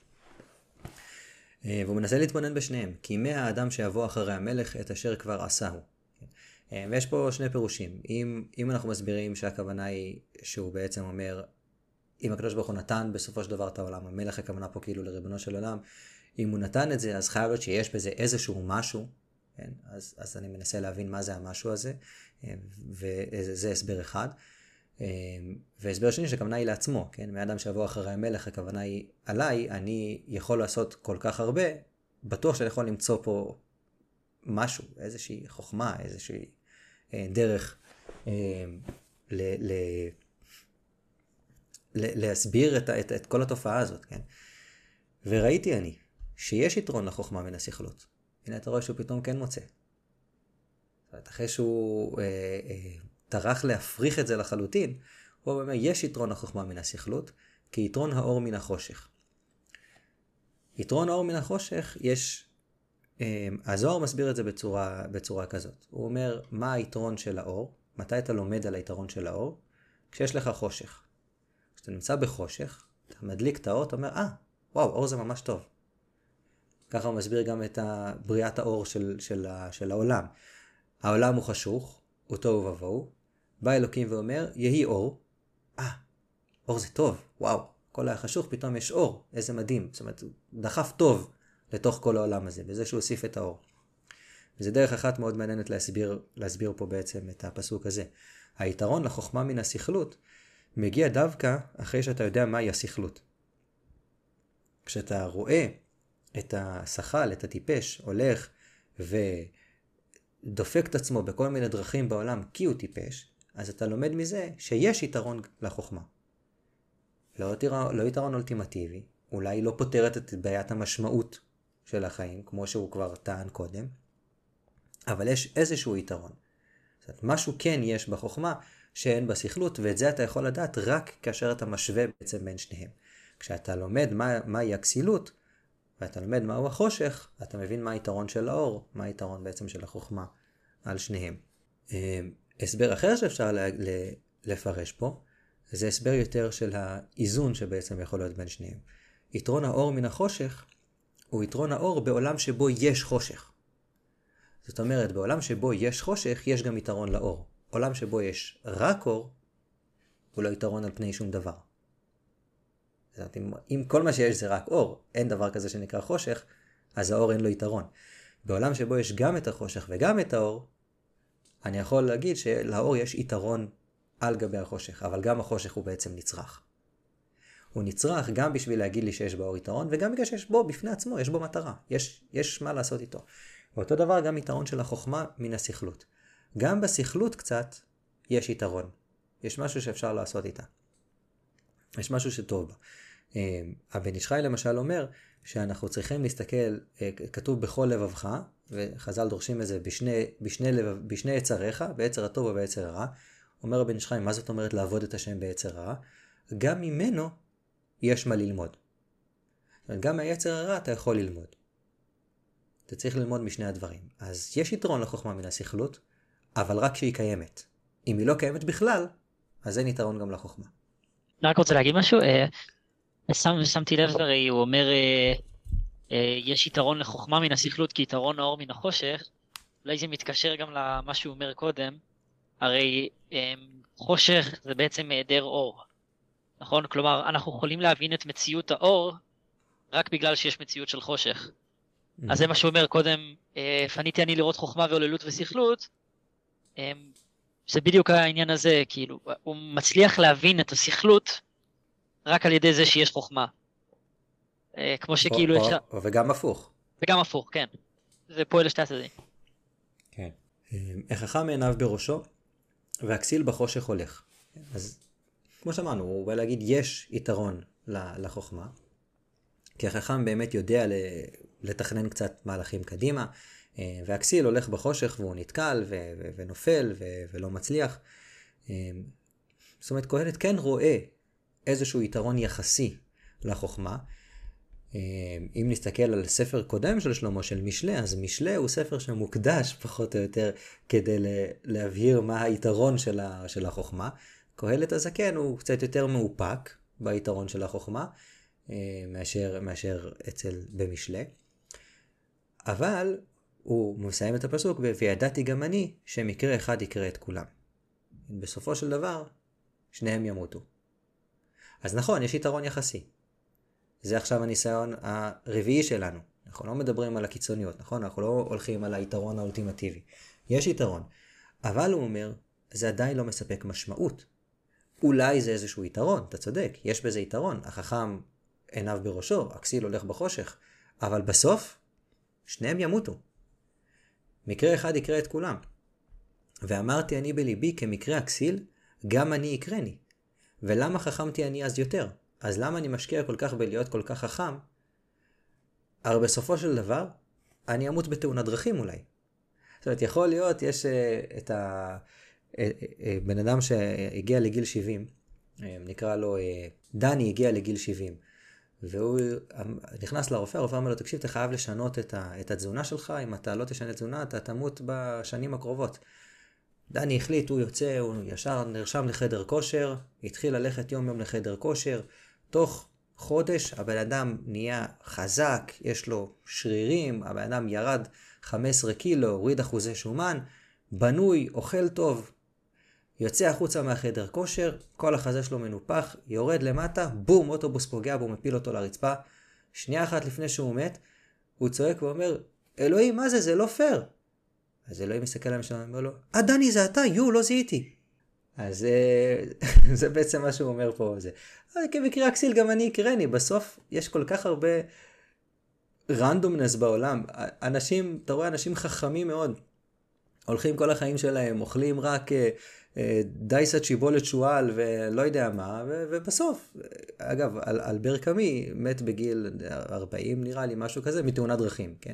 והוא מנסה להתבונן בשניהם, כי מי האדם שיבוא אחרי המלך את אשר כבר עשהו. ויש פה שני פירושים. אם, אם אנחנו מסבירים שהכוונה היא שהוא בעצם אומר, אם הקדוש ברוך הוא נתן בסופו של דבר את העולם, המלך הכוונה פה כאילו לריבונו של עולם, אם הוא נתן את זה, אז חייב להיות שיש בזה איזשהו משהו, כן? אז, אז אני מנסה להבין מה זה המשהו הזה, וזה הסבר אחד. והסבר שני שהכוונה היא לעצמו, כן? מאדם שיבוא אחרי המלך, הכוונה היא עליי, אני יכול לעשות כל כך הרבה, בטוח שאני יכול למצוא פה משהו, איזושהי חוכמה, איזושהי דרך ל... ל... להסביר את, את, את כל התופעה הזאת, כן? וראיתי אני שיש יתרון לחוכמה מן השכלות. הנה אתה רואה שהוא פתאום כן מוצא. זאת אומרת, אחרי שהוא אה, אה, טרח להפריך את זה לחלוטין, הוא אומר, יש יתרון לחוכמה מן השכלות, כי יתרון האור מן החושך. יתרון האור מן החושך, יש... אה, הזוהר מסביר את זה בצורה, בצורה כזאת. הוא אומר, מה היתרון של האור? מתי אתה לומד על היתרון של האור? כשיש לך חושך. כשאתה נמצא בחושך, אתה מדליק את האור, אתה אומר, אה, וואו, אור זה ממש טוב. ככה הוא מסביר גם את בריאת האור של, של, של העולם. העולם הוא חשוך, הוא תוהו ובוהו. בא אלוקים ואומר, יהי אור. אה, אור זה טוב, וואו. כל היה חשוך, פתאום יש אור. איזה מדהים. זאת אומרת, הוא דחף טוב לתוך כל העולם הזה, בזה שהוא הוסיף את האור. וזה דרך אחת מאוד מעניינת להסביר, להסביר פה בעצם את הפסוק הזה. היתרון לחוכמה מן השכלות, מגיע דווקא אחרי שאתה יודע מהי השכלות. כשאתה רואה את השחל, את הטיפש, הולך ודופק את עצמו בכל מיני דרכים בעולם כי הוא טיפש, אז אתה לומד מזה שיש יתרון לחוכמה. לא יתרון, לא יתרון אולטימטיבי, אולי לא פותרת את בעיית המשמעות של החיים, כמו שהוא כבר טען קודם, אבל יש איזשהו יתרון. זאת אומרת, משהו כן יש בחוכמה, שאין בשכלות, ואת זה אתה יכול לדעת רק כאשר אתה משווה בעצם בין שניהם. כשאתה לומד מה, מהי הכסילות, ואתה לומד מהו החושך, אתה מבין מה היתרון של האור, מה היתרון בעצם של החוכמה על שניהם. הסבר אחר שאפשר לפרש פה, זה הסבר יותר של האיזון שבעצם יכול להיות בין שניהם. יתרון האור מן החושך, הוא יתרון האור בעולם שבו יש חושך. זאת אומרת, בעולם שבו יש חושך, יש גם יתרון לאור. עולם שבו יש רק אור, הוא לא יתרון על פני שום דבר. זאת אומרת, אם, אם כל מה שיש זה רק אור, אין דבר כזה שנקרא חושך, אז האור אין לו יתרון. בעולם שבו יש גם את החושך וגם את האור, אני יכול להגיד שלאור יש יתרון על גבי החושך, אבל גם החושך הוא בעצם נצרך. הוא נצרך גם בשביל להגיד לי שיש באור יתרון, וגם בגלל שיש בו בפני עצמו, יש בו מטרה, יש, יש מה לעשות איתו. ואותו דבר גם יתרון של החוכמה מן השכלות. גם בשכלות קצת יש יתרון. יש משהו שאפשר לעשות איתה. יש משהו שטוב בה. הבן איש חי למשל אומר שאנחנו צריכים להסתכל, כתוב בכל לבבך, וחז"ל דורשים את זה בשני, בשני, לבב, בשני יצריך, ביצר הטוב וביצר הרע. אומר הבן איש חי, מה זאת אומרת לעבוד את השם ביצר הרע? גם ממנו יש מה ללמוד. גם מהיצר הרע אתה יכול ללמוד. אתה צריך ללמוד משני הדברים. אז יש יתרון לחוכמה מן השכלות, אבל רק שהיא קיימת. אם היא לא קיימת בכלל, אז אין יתרון גם לחוכמה. אני רק רוצה להגיד משהו, שמתי לב הרי, הוא אומר, יש יתרון לחוכמה מן השכלות כי יתרון האור מן החושך, אולי זה מתקשר גם למה שהוא אומר קודם, הרי חושך זה בעצם היעדר אור, נכון? כלומר, אנחנו יכולים להבין את מציאות האור, רק בגלל שיש מציאות של חושך. אז זה מה שהוא אומר קודם, פניתי אני לראות חוכמה ועוללות ושכלות, זה בדיוק העניין הזה, כאילו, הוא מצליח להבין את השכלות רק על ידי זה שיש חוכמה. כמו שכאילו... או, או, או וגם הפוך. וגם הפוך, כן. זה פועל לשתי הצדדים. כן. החכם עיניו בראשו, והכסיל בחושך הולך. אז כמו שאמרנו, הוא בא להגיד, יש יתרון לחוכמה, כי החכם באמת יודע לתכנן קצת מהלכים קדימה, והכסיל הולך בחושך והוא נתקל ו- ו- ונופל ו- ולא מצליח. זאת אומרת, קהלת כן רואה איזשהו יתרון יחסי לחוכמה. אם נסתכל על ספר קודם של שלמה, של משלי, אז משלי הוא ספר שמוקדש פחות או יותר כדי להבהיר מה היתרון של, ה- של החוכמה. קהלת הזקן הוא קצת יותר מאופק ביתרון של החוכמה, מאשר, מאשר אצל במשלי. אבל הוא מסיים את הפסוק, וידעתי גם אני שמקרה אחד יקרה את כולם. בסופו של דבר, שניהם ימותו. אז נכון, יש יתרון יחסי. זה עכשיו הניסיון הרביעי שלנו. אנחנו לא מדברים על הקיצוניות, נכון? אנחנו לא הולכים על היתרון האולטימטיבי. יש יתרון. אבל הוא אומר, זה עדיין לא מספק משמעות. אולי זה איזשהו יתרון, אתה צודק, יש בזה יתרון. החכם עיניו בראשו, הכסיל הולך בחושך. אבל בסוף, שניהם ימותו. מקרה אחד יקרה את כולם. ואמרתי אני בליבי, כמקרה הכסיל, גם אני יקרני. ולמה חכמתי אני אז יותר? אז למה אני משקיע כל כך בלהיות כל כך חכם? אבל בסופו של דבר, אני אמות בתאונת דרכים אולי. זאת אומרת, יכול להיות, יש uh, את ה... Uh, uh, בן אדם שהגיע לגיל שבעים, uh, נקרא לו, uh, דני הגיע לגיל שבעים, והוא נכנס לרופא, הרופא אומר לו, תקשיב, אתה חייב לשנות את, ה, את התזונה שלך, אם אתה לא תשנה את תזונה, אתה תמות בשנים הקרובות. דני החליט, הוא יוצא, הוא ישר נרשם לחדר כושר, התחיל ללכת יום יום לחדר כושר, תוך חודש הבן אדם נהיה חזק, יש לו שרירים, הבן אדם ירד חמישה עשר קילו, הוריד אחוזי שומן, בנוי, אוכל טוב, יוצא החוצה מהחדר כושר, כל החזה שלו מנופח, יורד למטה, בום, אוטובוס פוגע בו, מפיל אותו לרצפה. שנייה אחת לפני שהוא מת, הוא צועק ואומר, אלוהים, מה זה? זה לא פייר. אז אלוהים מסתכל עליהם שם ואומר לו, אה, דני, זה אתה, יו, לא זיהיתי. אז זה בעצם מה שהוא אומר פה. זה. כמקרה הכסיל, גם אני יקרני. בסוף יש כל כך הרבה רנדומנס בעולם. אנשים, אתה רואה, אנשים חכמים מאוד. הולכים כל החיים שלהם, אוכלים רק דייסת שיבולת שואל ולא יודע מה, ו- ובסוף, אגב, אל- אלבר קאמי מת בגיל ארבעים נראה לי, משהו כזה, מתאונת דרכים, כן?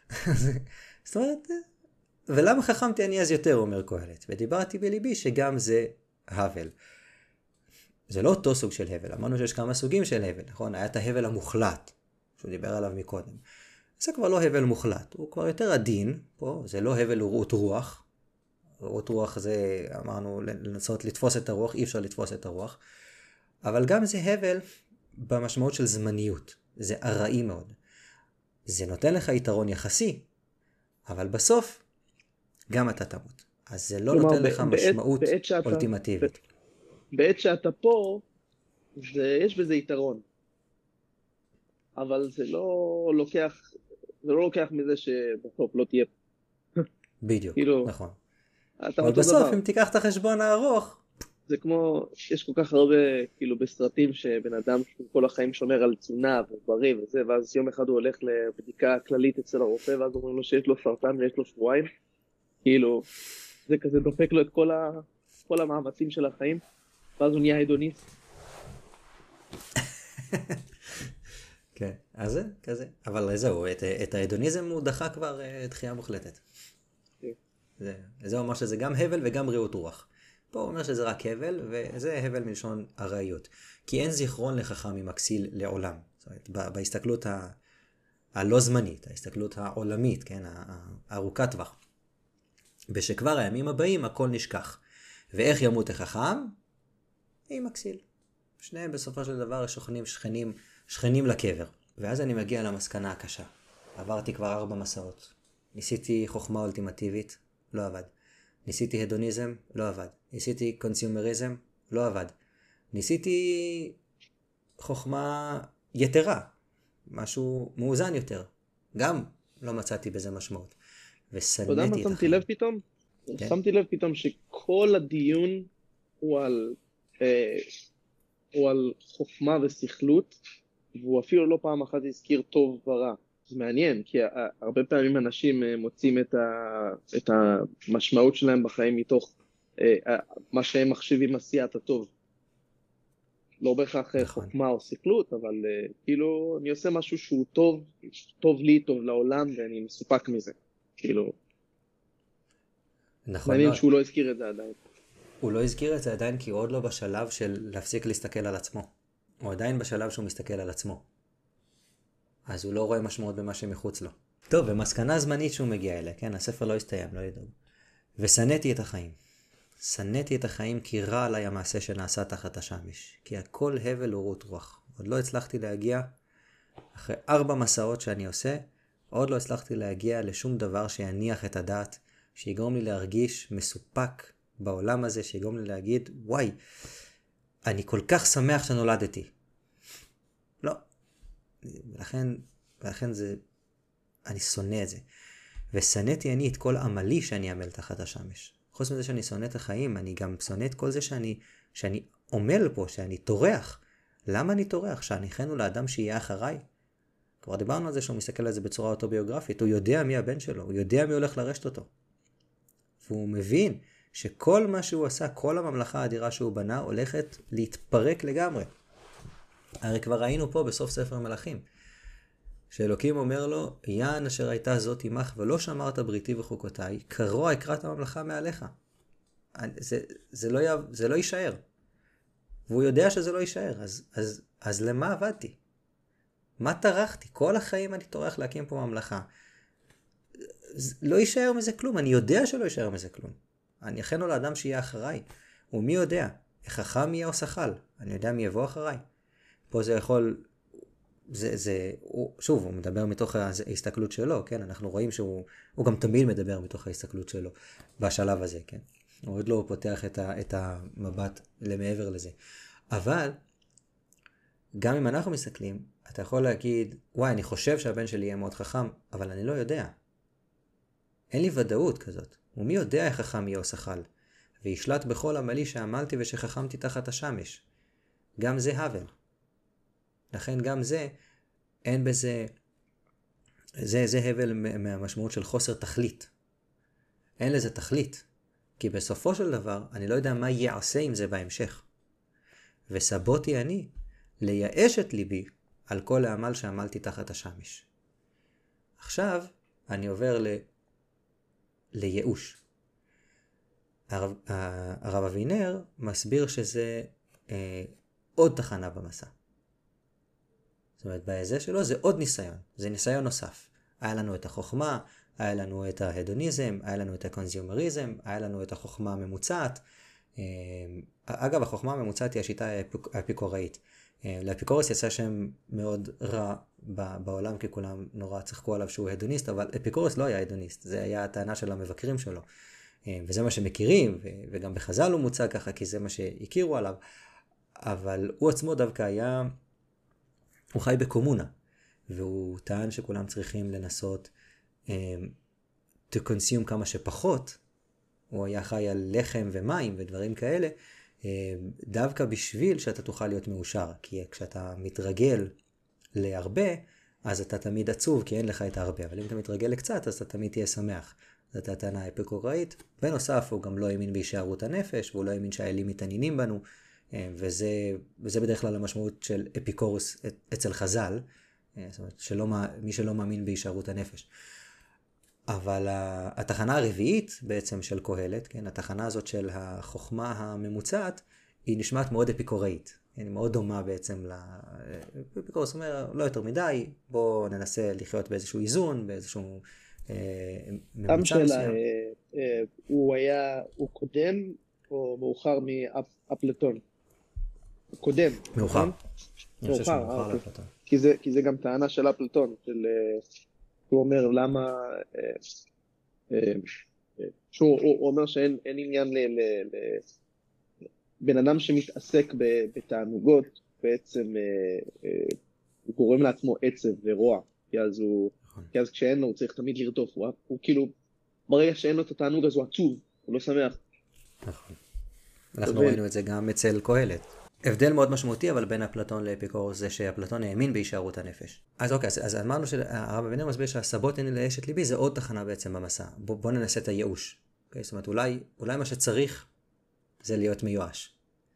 זאת אומרת, ולמה חכמתי אני אז יותר, אומר קהלת, ודיברתי בליבי שגם זה הבל. זה לא אותו סוג של הבל, אמרנו שיש כמה סוגים של הבל, נכון? היה את ההבל המוחלט, שהוא דיבר עליו מקודם. זה כבר לא הבל מוחלט, הוא כבר יותר עדין, פה זה לא הבל רעות רוח, רעות רוח זה, אמרנו, לנסות לתפוס את הרוח, אי אפשר לתפוס את הרוח, אבל גם זה הבל במשמעות של זמניות, זה ארעי מאוד. זה נותן לך יתרון יחסי, אבל בסוף גם אתה תמות. אז זה לא נותן לך משמעות אולטימטיבית. בעת שאתה פה, יש בזה יתרון. אבל זה לא לוקח, זה לא לוקח מזה שבסוף לא תהיה. בדיוק, נכון. אבל בסוף, אם תיקח את החשבון הארוך, זה כמו, יש כל כך הרבה, כאילו, בסרטים שבן אדם כל החיים שומר על תזונה ובריא וזה, ואז יום אחד הוא הולך לבדיקה כללית אצל הרופא, ואז אומרים לו שיש לו סרטן ויש לו שבועיים, כאילו, זה כזה דופק לו את כל, ה, כל המאמצים של החיים, ואז הוא נהיה הידוניסט. כן, אז זה כזה. אבל זהו, את, את ההדוניזם הוא דחה כבר דחייה מוחלטת. זה, זה אומר שזה גם הבל וגם רעות רוח. פה הוא אומר שזה רק הבל, וזה הבל מלשון ארעיות. כי אין זיכרון לחכם ממכסיל לעולם. זאת אומרת, בהסתכלות ה, הלא זמנית, ההסתכלות העולמית, כן, הארוכת טווח. בשכבר הימים הבאים הכל נשכח. ואיך ימות החכם? עם מכסיל. שניהם בסופו של דבר שוכנים שכנים, שכנים לקבר. ואז אני מגיע למסקנה הקשה. עברתי כבר ארבע מסעות. ניסיתי חוכמה אולטימטיבית, לא עבד. ניסיתי הדוניזם, לא עבד. ניסיתי קונסיומריזם, לא עבד. ניסיתי חוכמה יתרה, משהו מאוזן יותר. גם לא מצאתי בזה משמעות. ושנאתי את החיים. אתה יודע מה שמתי לב פתאום? כן? שמתי לב פתאום שכל הדיון הוא על, אה, הוא על חוכמה וסכלות, והוא אפילו לא פעם אחת הזכיר טוב ורע. זה מעניין, כי הרבה פעמים אנשים מוצאים את, ה, את המשמעות שלהם בחיים מתוך מה שהם מחשיבים עשיית הטוב. לא בהכרח נכון. חוכמה או סקלות, אבל כאילו אני עושה משהו שהוא טוב, טוב לי, טוב לעולם, ואני מסופק מזה. כאילו, נכון. מעניין לא. שהוא לא הזכיר את זה עדיין. הוא לא הזכיר את זה עדיין כי הוא עוד לא בשלב של להפסיק להסתכל על עצמו. הוא עדיין בשלב שהוא מסתכל על עצמו. אז הוא לא רואה משמעות במה שמחוץ לו. טוב, ומסקנה זמנית שהוא מגיע אליה, כן? הספר לא הסתיים, לא לדאוג. ושנאתי את החיים. שנאתי את החיים כי רע עליי המעשה שנעשה תחת השמש. כי הכל הבל ורות רוח. עוד לא הצלחתי להגיע, אחרי ארבע מסעות שאני עושה, עוד לא הצלחתי להגיע לשום דבר שיניח את הדעת, שיגרום לי להרגיש מסופק בעולם הזה, שיגרום לי להגיד, וואי, אני כל כך שמח שנולדתי. לא. ולכן, ולכן זה, אני שונא את זה. ושנאתי אני את כל עמלי שאני עמל תחת השמש. חוץ מזה שאני שונא את החיים, אני גם שונא את כל זה שאני, שאני עמל פה, שאני תורח. למה אני תורח? שהניחנו לאדם שיהיה אחריי? כבר דיברנו על זה שהוא מסתכל על זה בצורה אוטוביוגרפית. הוא יודע מי הבן שלו, הוא יודע מי הולך לרשת אותו. והוא מבין שכל מה שהוא עשה, כל הממלכה האדירה שהוא בנה, הולכת להתפרק לגמרי. הרי כבר ראינו פה בסוף ספר מלכים, שאלוקים אומר לו, יען אשר הייתה זאת עמך ולא שמרת בריתי וחוקותיי, קרוע אקרת הממלכה מעליך. זה, זה, לא, זה לא יישאר. והוא יודע שזה לא יישאר, אז, אז, אז למה עבדתי? מה טרחתי? כל החיים אני טורח להקים פה ממלכה. לא יישאר מזה כלום, אני יודע שלא יישאר מזה כלום. אני אכן לו לאדם שיהיה אחריי. ומי יודע? חכם יהיה או שחל. אני יודע מי יבוא אחריי. פה זה יכול, זה, זה, הוא, שוב, הוא מדבר מתוך ההסתכלות שלו, כן? אנחנו רואים שהוא, הוא גם תמיד מדבר מתוך ההסתכלות שלו, בשלב הזה, כן? הוא עוד לא פותח את, ה, את המבט למעבר לזה. אבל, גם אם אנחנו מסתכלים, אתה יכול להגיד, וואי, אני חושב שהבן שלי יהיה מאוד חכם, אבל אני לא יודע. אין לי ודאות כזאת. ומי יודע איך חכם יהיה או שחל? וישלט בכל עמלי שעמלתי ושחכמתי תחת השמש. גם זה הבל. לכן גם זה, אין בזה, זה, זה הבל מהמשמעות של חוסר תכלית. אין לזה תכלית. כי בסופו של דבר, אני לא יודע מה יעשה עם זה בהמשך. וסבותי אני, לייאש את ליבי על כל העמל שעמלתי תחת השמש. עכשיו, אני עובר ל... לייאוש. הרב, הרב אבינר מסביר שזה אה, עוד תחנה במסע. זאת אומרת, בזה שלו זה עוד ניסיון, זה ניסיון נוסף. היה לנו את החוכמה, היה לנו את ההדוניזם, היה לנו את הקונזיומריזם, היה לנו את החוכמה הממוצעת. אגב, החוכמה הממוצעת היא השיטה האפיקוראית. לאפיקורוס יצא שם מאוד רע בעולם, כי כולם נורא צחקו עליו שהוא הדוניסט, אבל אפיקורוס לא היה הדוניסט, זה היה הטענה של המבקרים שלו. וזה מה שמכירים, וגם בחז"ל הוא מוצא ככה, כי זה מה שהכירו עליו. אבל הוא עצמו דווקא היה, הוא חי בקומונה, והוא טען שכולם צריכים לנסות um, to consume כמה שפחות. הוא היה חי על לחם ומים ודברים כאלה, um, דווקא בשביל שאתה תוכל להיות מאושר. כי כשאתה מתרגל להרבה, אז אתה תמיד עצוב, כי אין לך את הרבה. אבל אם אתה מתרגל לקצת, אז אתה תמיד תהיה שמח. זאת הטענה האפיקוראית. בנוסף, הוא גם לא האמין בהישארות הנפש, והוא לא האמין שהאלים מתעניינים בנו. וזה, וזה בדרך כלל המשמעות של אפיקורוס אצל חז"ל, זאת אומרת, שלא, מי שלא מאמין בהישארות הנפש. אבל התחנה הרביעית בעצם של קהלת, כן, התחנה הזאת של החוכמה הממוצעת, היא נשמעת מאוד אפיקוראית. היא מאוד דומה בעצם ל... אפיקורוס אומר, לא יותר מדי, בואו ננסה לחיות באיזשהו איזון, באיזשהו אה, ממוצע מסוים. אה, הוא היה, הוא קודם או מאוחר מאפלטון? הוא קודם. מאוחר. נכון? אני חושב שהוא מאוחר מאוחר, לאפלטון. כי זה, כי זה גם טענה של אפלטון, של, הוא אומר למה, שהוא הוא אומר שאין אין עניין ל, ל, ל, בן אדם שמתעסק בתענוגות, בעצם הוא גורם לעצמו עצב ורוע, כי אז, הוא, כי אז כשאין לו הוא צריך תמיד לרדוף, הוא, הוא כאילו, ברגע שאין לו את התענוג אז הוא עצוב, הוא לא שמח. נכון. אנחנו ראינו את זה גם אצל קהלת. הבדל מאוד משמעותי, אבל בין אפלטון לאפיקורוס זה שאפלטון האמין בהישארות הנפש. אז אוקיי, אז, אז אמרנו שהרב אבינר מסביר שהסבוטני לאשת ליבי זה עוד תחנה בעצם במסע. בוא, בוא ננסה את הייאוש. אוקיי? זאת אומרת, אולי, אולי מה שצריך זה להיות מיואש.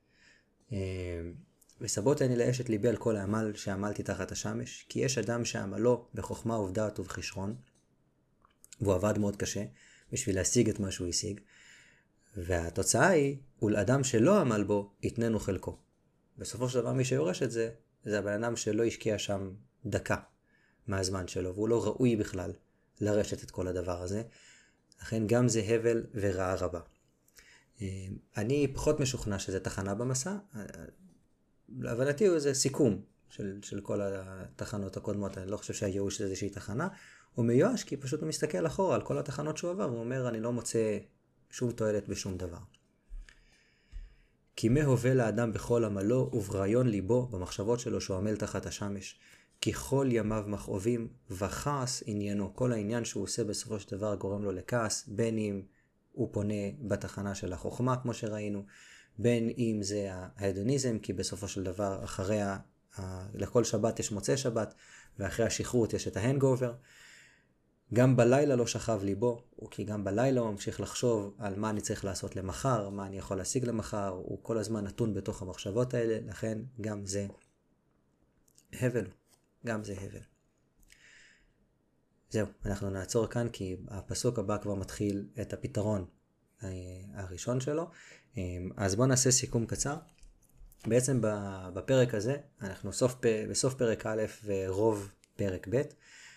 וסבוטני לאשת ליבי על כל העמל שעמלתי תחת השמש, כי יש אדם שעמלו בחוכמה ובדעת ובכישרון, והוא עבד מאוד קשה בשביל להשיג את מה שהוא השיג, והתוצאה היא, ולאדם שלא עמל בו, יתננו חלקו. בסופו של דבר מי שיורש את זה, זה הבן אדם שלא השקיע שם דקה מהזמן שלו, והוא לא ראוי בכלל לרשת את כל הדבר הזה. לכן גם זה הבל ורעה רבה. אני פחות משוכנע שזה תחנה במסע, להבנתי הוא איזה סיכום של, של כל התחנות הקודמות, אני לא חושב שהייאוש זה איזושהי תחנה, הוא מיואש כי פשוט הוא מסתכל אחורה על כל התחנות שהוא עבר, והוא אומר אני לא מוצא שום תועלת בשום דבר. כי מה הובל לאדם בכל עמלו וברעיון ליבו במחשבות שלו שהוא עמל תחת השמש, כי כל ימיו מכאובים וכעס עניינו, כל העניין שהוא עושה בסופו של דבר גורם לו לכעס, בין אם הוא פונה בתחנה של החוכמה כמו שראינו, בין אם זה ההדוניזם, כי בסופו של דבר אחרי ה... לכל שבת יש מוצא שבת, ואחרי השחרות יש את ההנגובר. גם בלילה לא שכב ליבו, כי גם בלילה הוא ממשיך לחשוב על מה אני צריך לעשות למחר, מה אני יכול להשיג למחר, הוא כל הזמן נתון בתוך המחשבות האלה, לכן גם זה הבל, גם זה הבל. זהו, אנחנו נעצור כאן כי הפסוק הבא כבר מתחיל את הפתרון הראשון שלו. אז בואו נעשה סיכום קצר. בעצם בפרק הזה, אנחנו סוף, בסוף פרק א' ורוב פרק ב',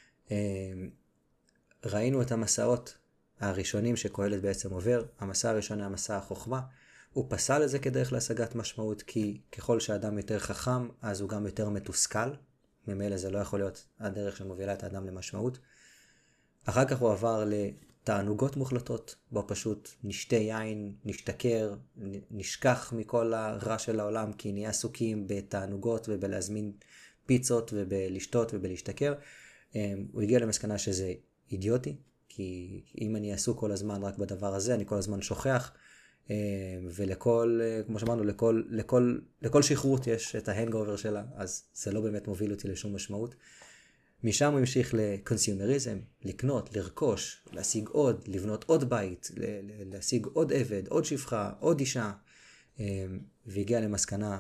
ראינו את המסעות הראשונים שקהלת בעצם עובר. המסע הראשון היה מסע החוכמה. הוא פסל את זה כדרך להשגת משמעות, כי ככל שהאדם יותר חכם, אז הוא גם יותר מתוסכל. ממילא זה לא יכול להיות הדרך שמובילה את האדם למשמעות. אחר כך הוא עבר לתענוגות מוחלטות, בו פשוט נשתה יין, נשתכר, נשכח מכל הרע של העולם, כי נהיה עסוקים בתענוגות ובלהזמין פיצות ובלשתות ובלהשתכר. הוא הגיע למסקנה שזה אידיוטי, כי אם אני עסוק כל הזמן רק בדבר הזה, אני כל הזמן שוכח, ולכל, כמו שאמרנו, לכל, לכל, לכל שחרות יש את ההנגובר שלה, אז זה לא באמת מוביל אותי לשום משמעות. משם הוא המשיך לקונסיומריזם, לקנות, לרכוש, להשיג עוד, לבנות עוד בית, להשיג עוד עבד, עוד שפחה, עוד אישה, והגיע למסקנה,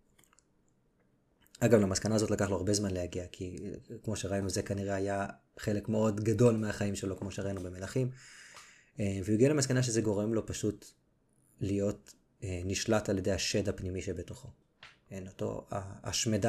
אגב, למסקנה הזאת לקח לו הרבה זמן להגיע, כי כמו שראינו זה כנראה היה חלק מאוד גדול מהחיים שלו, כמו שראינו במלכים, והוא הגיע למסקנה שזה גורם לו פשוט להיות נשלט על ידי השד הפנימי שבתוכו. אותו השמדה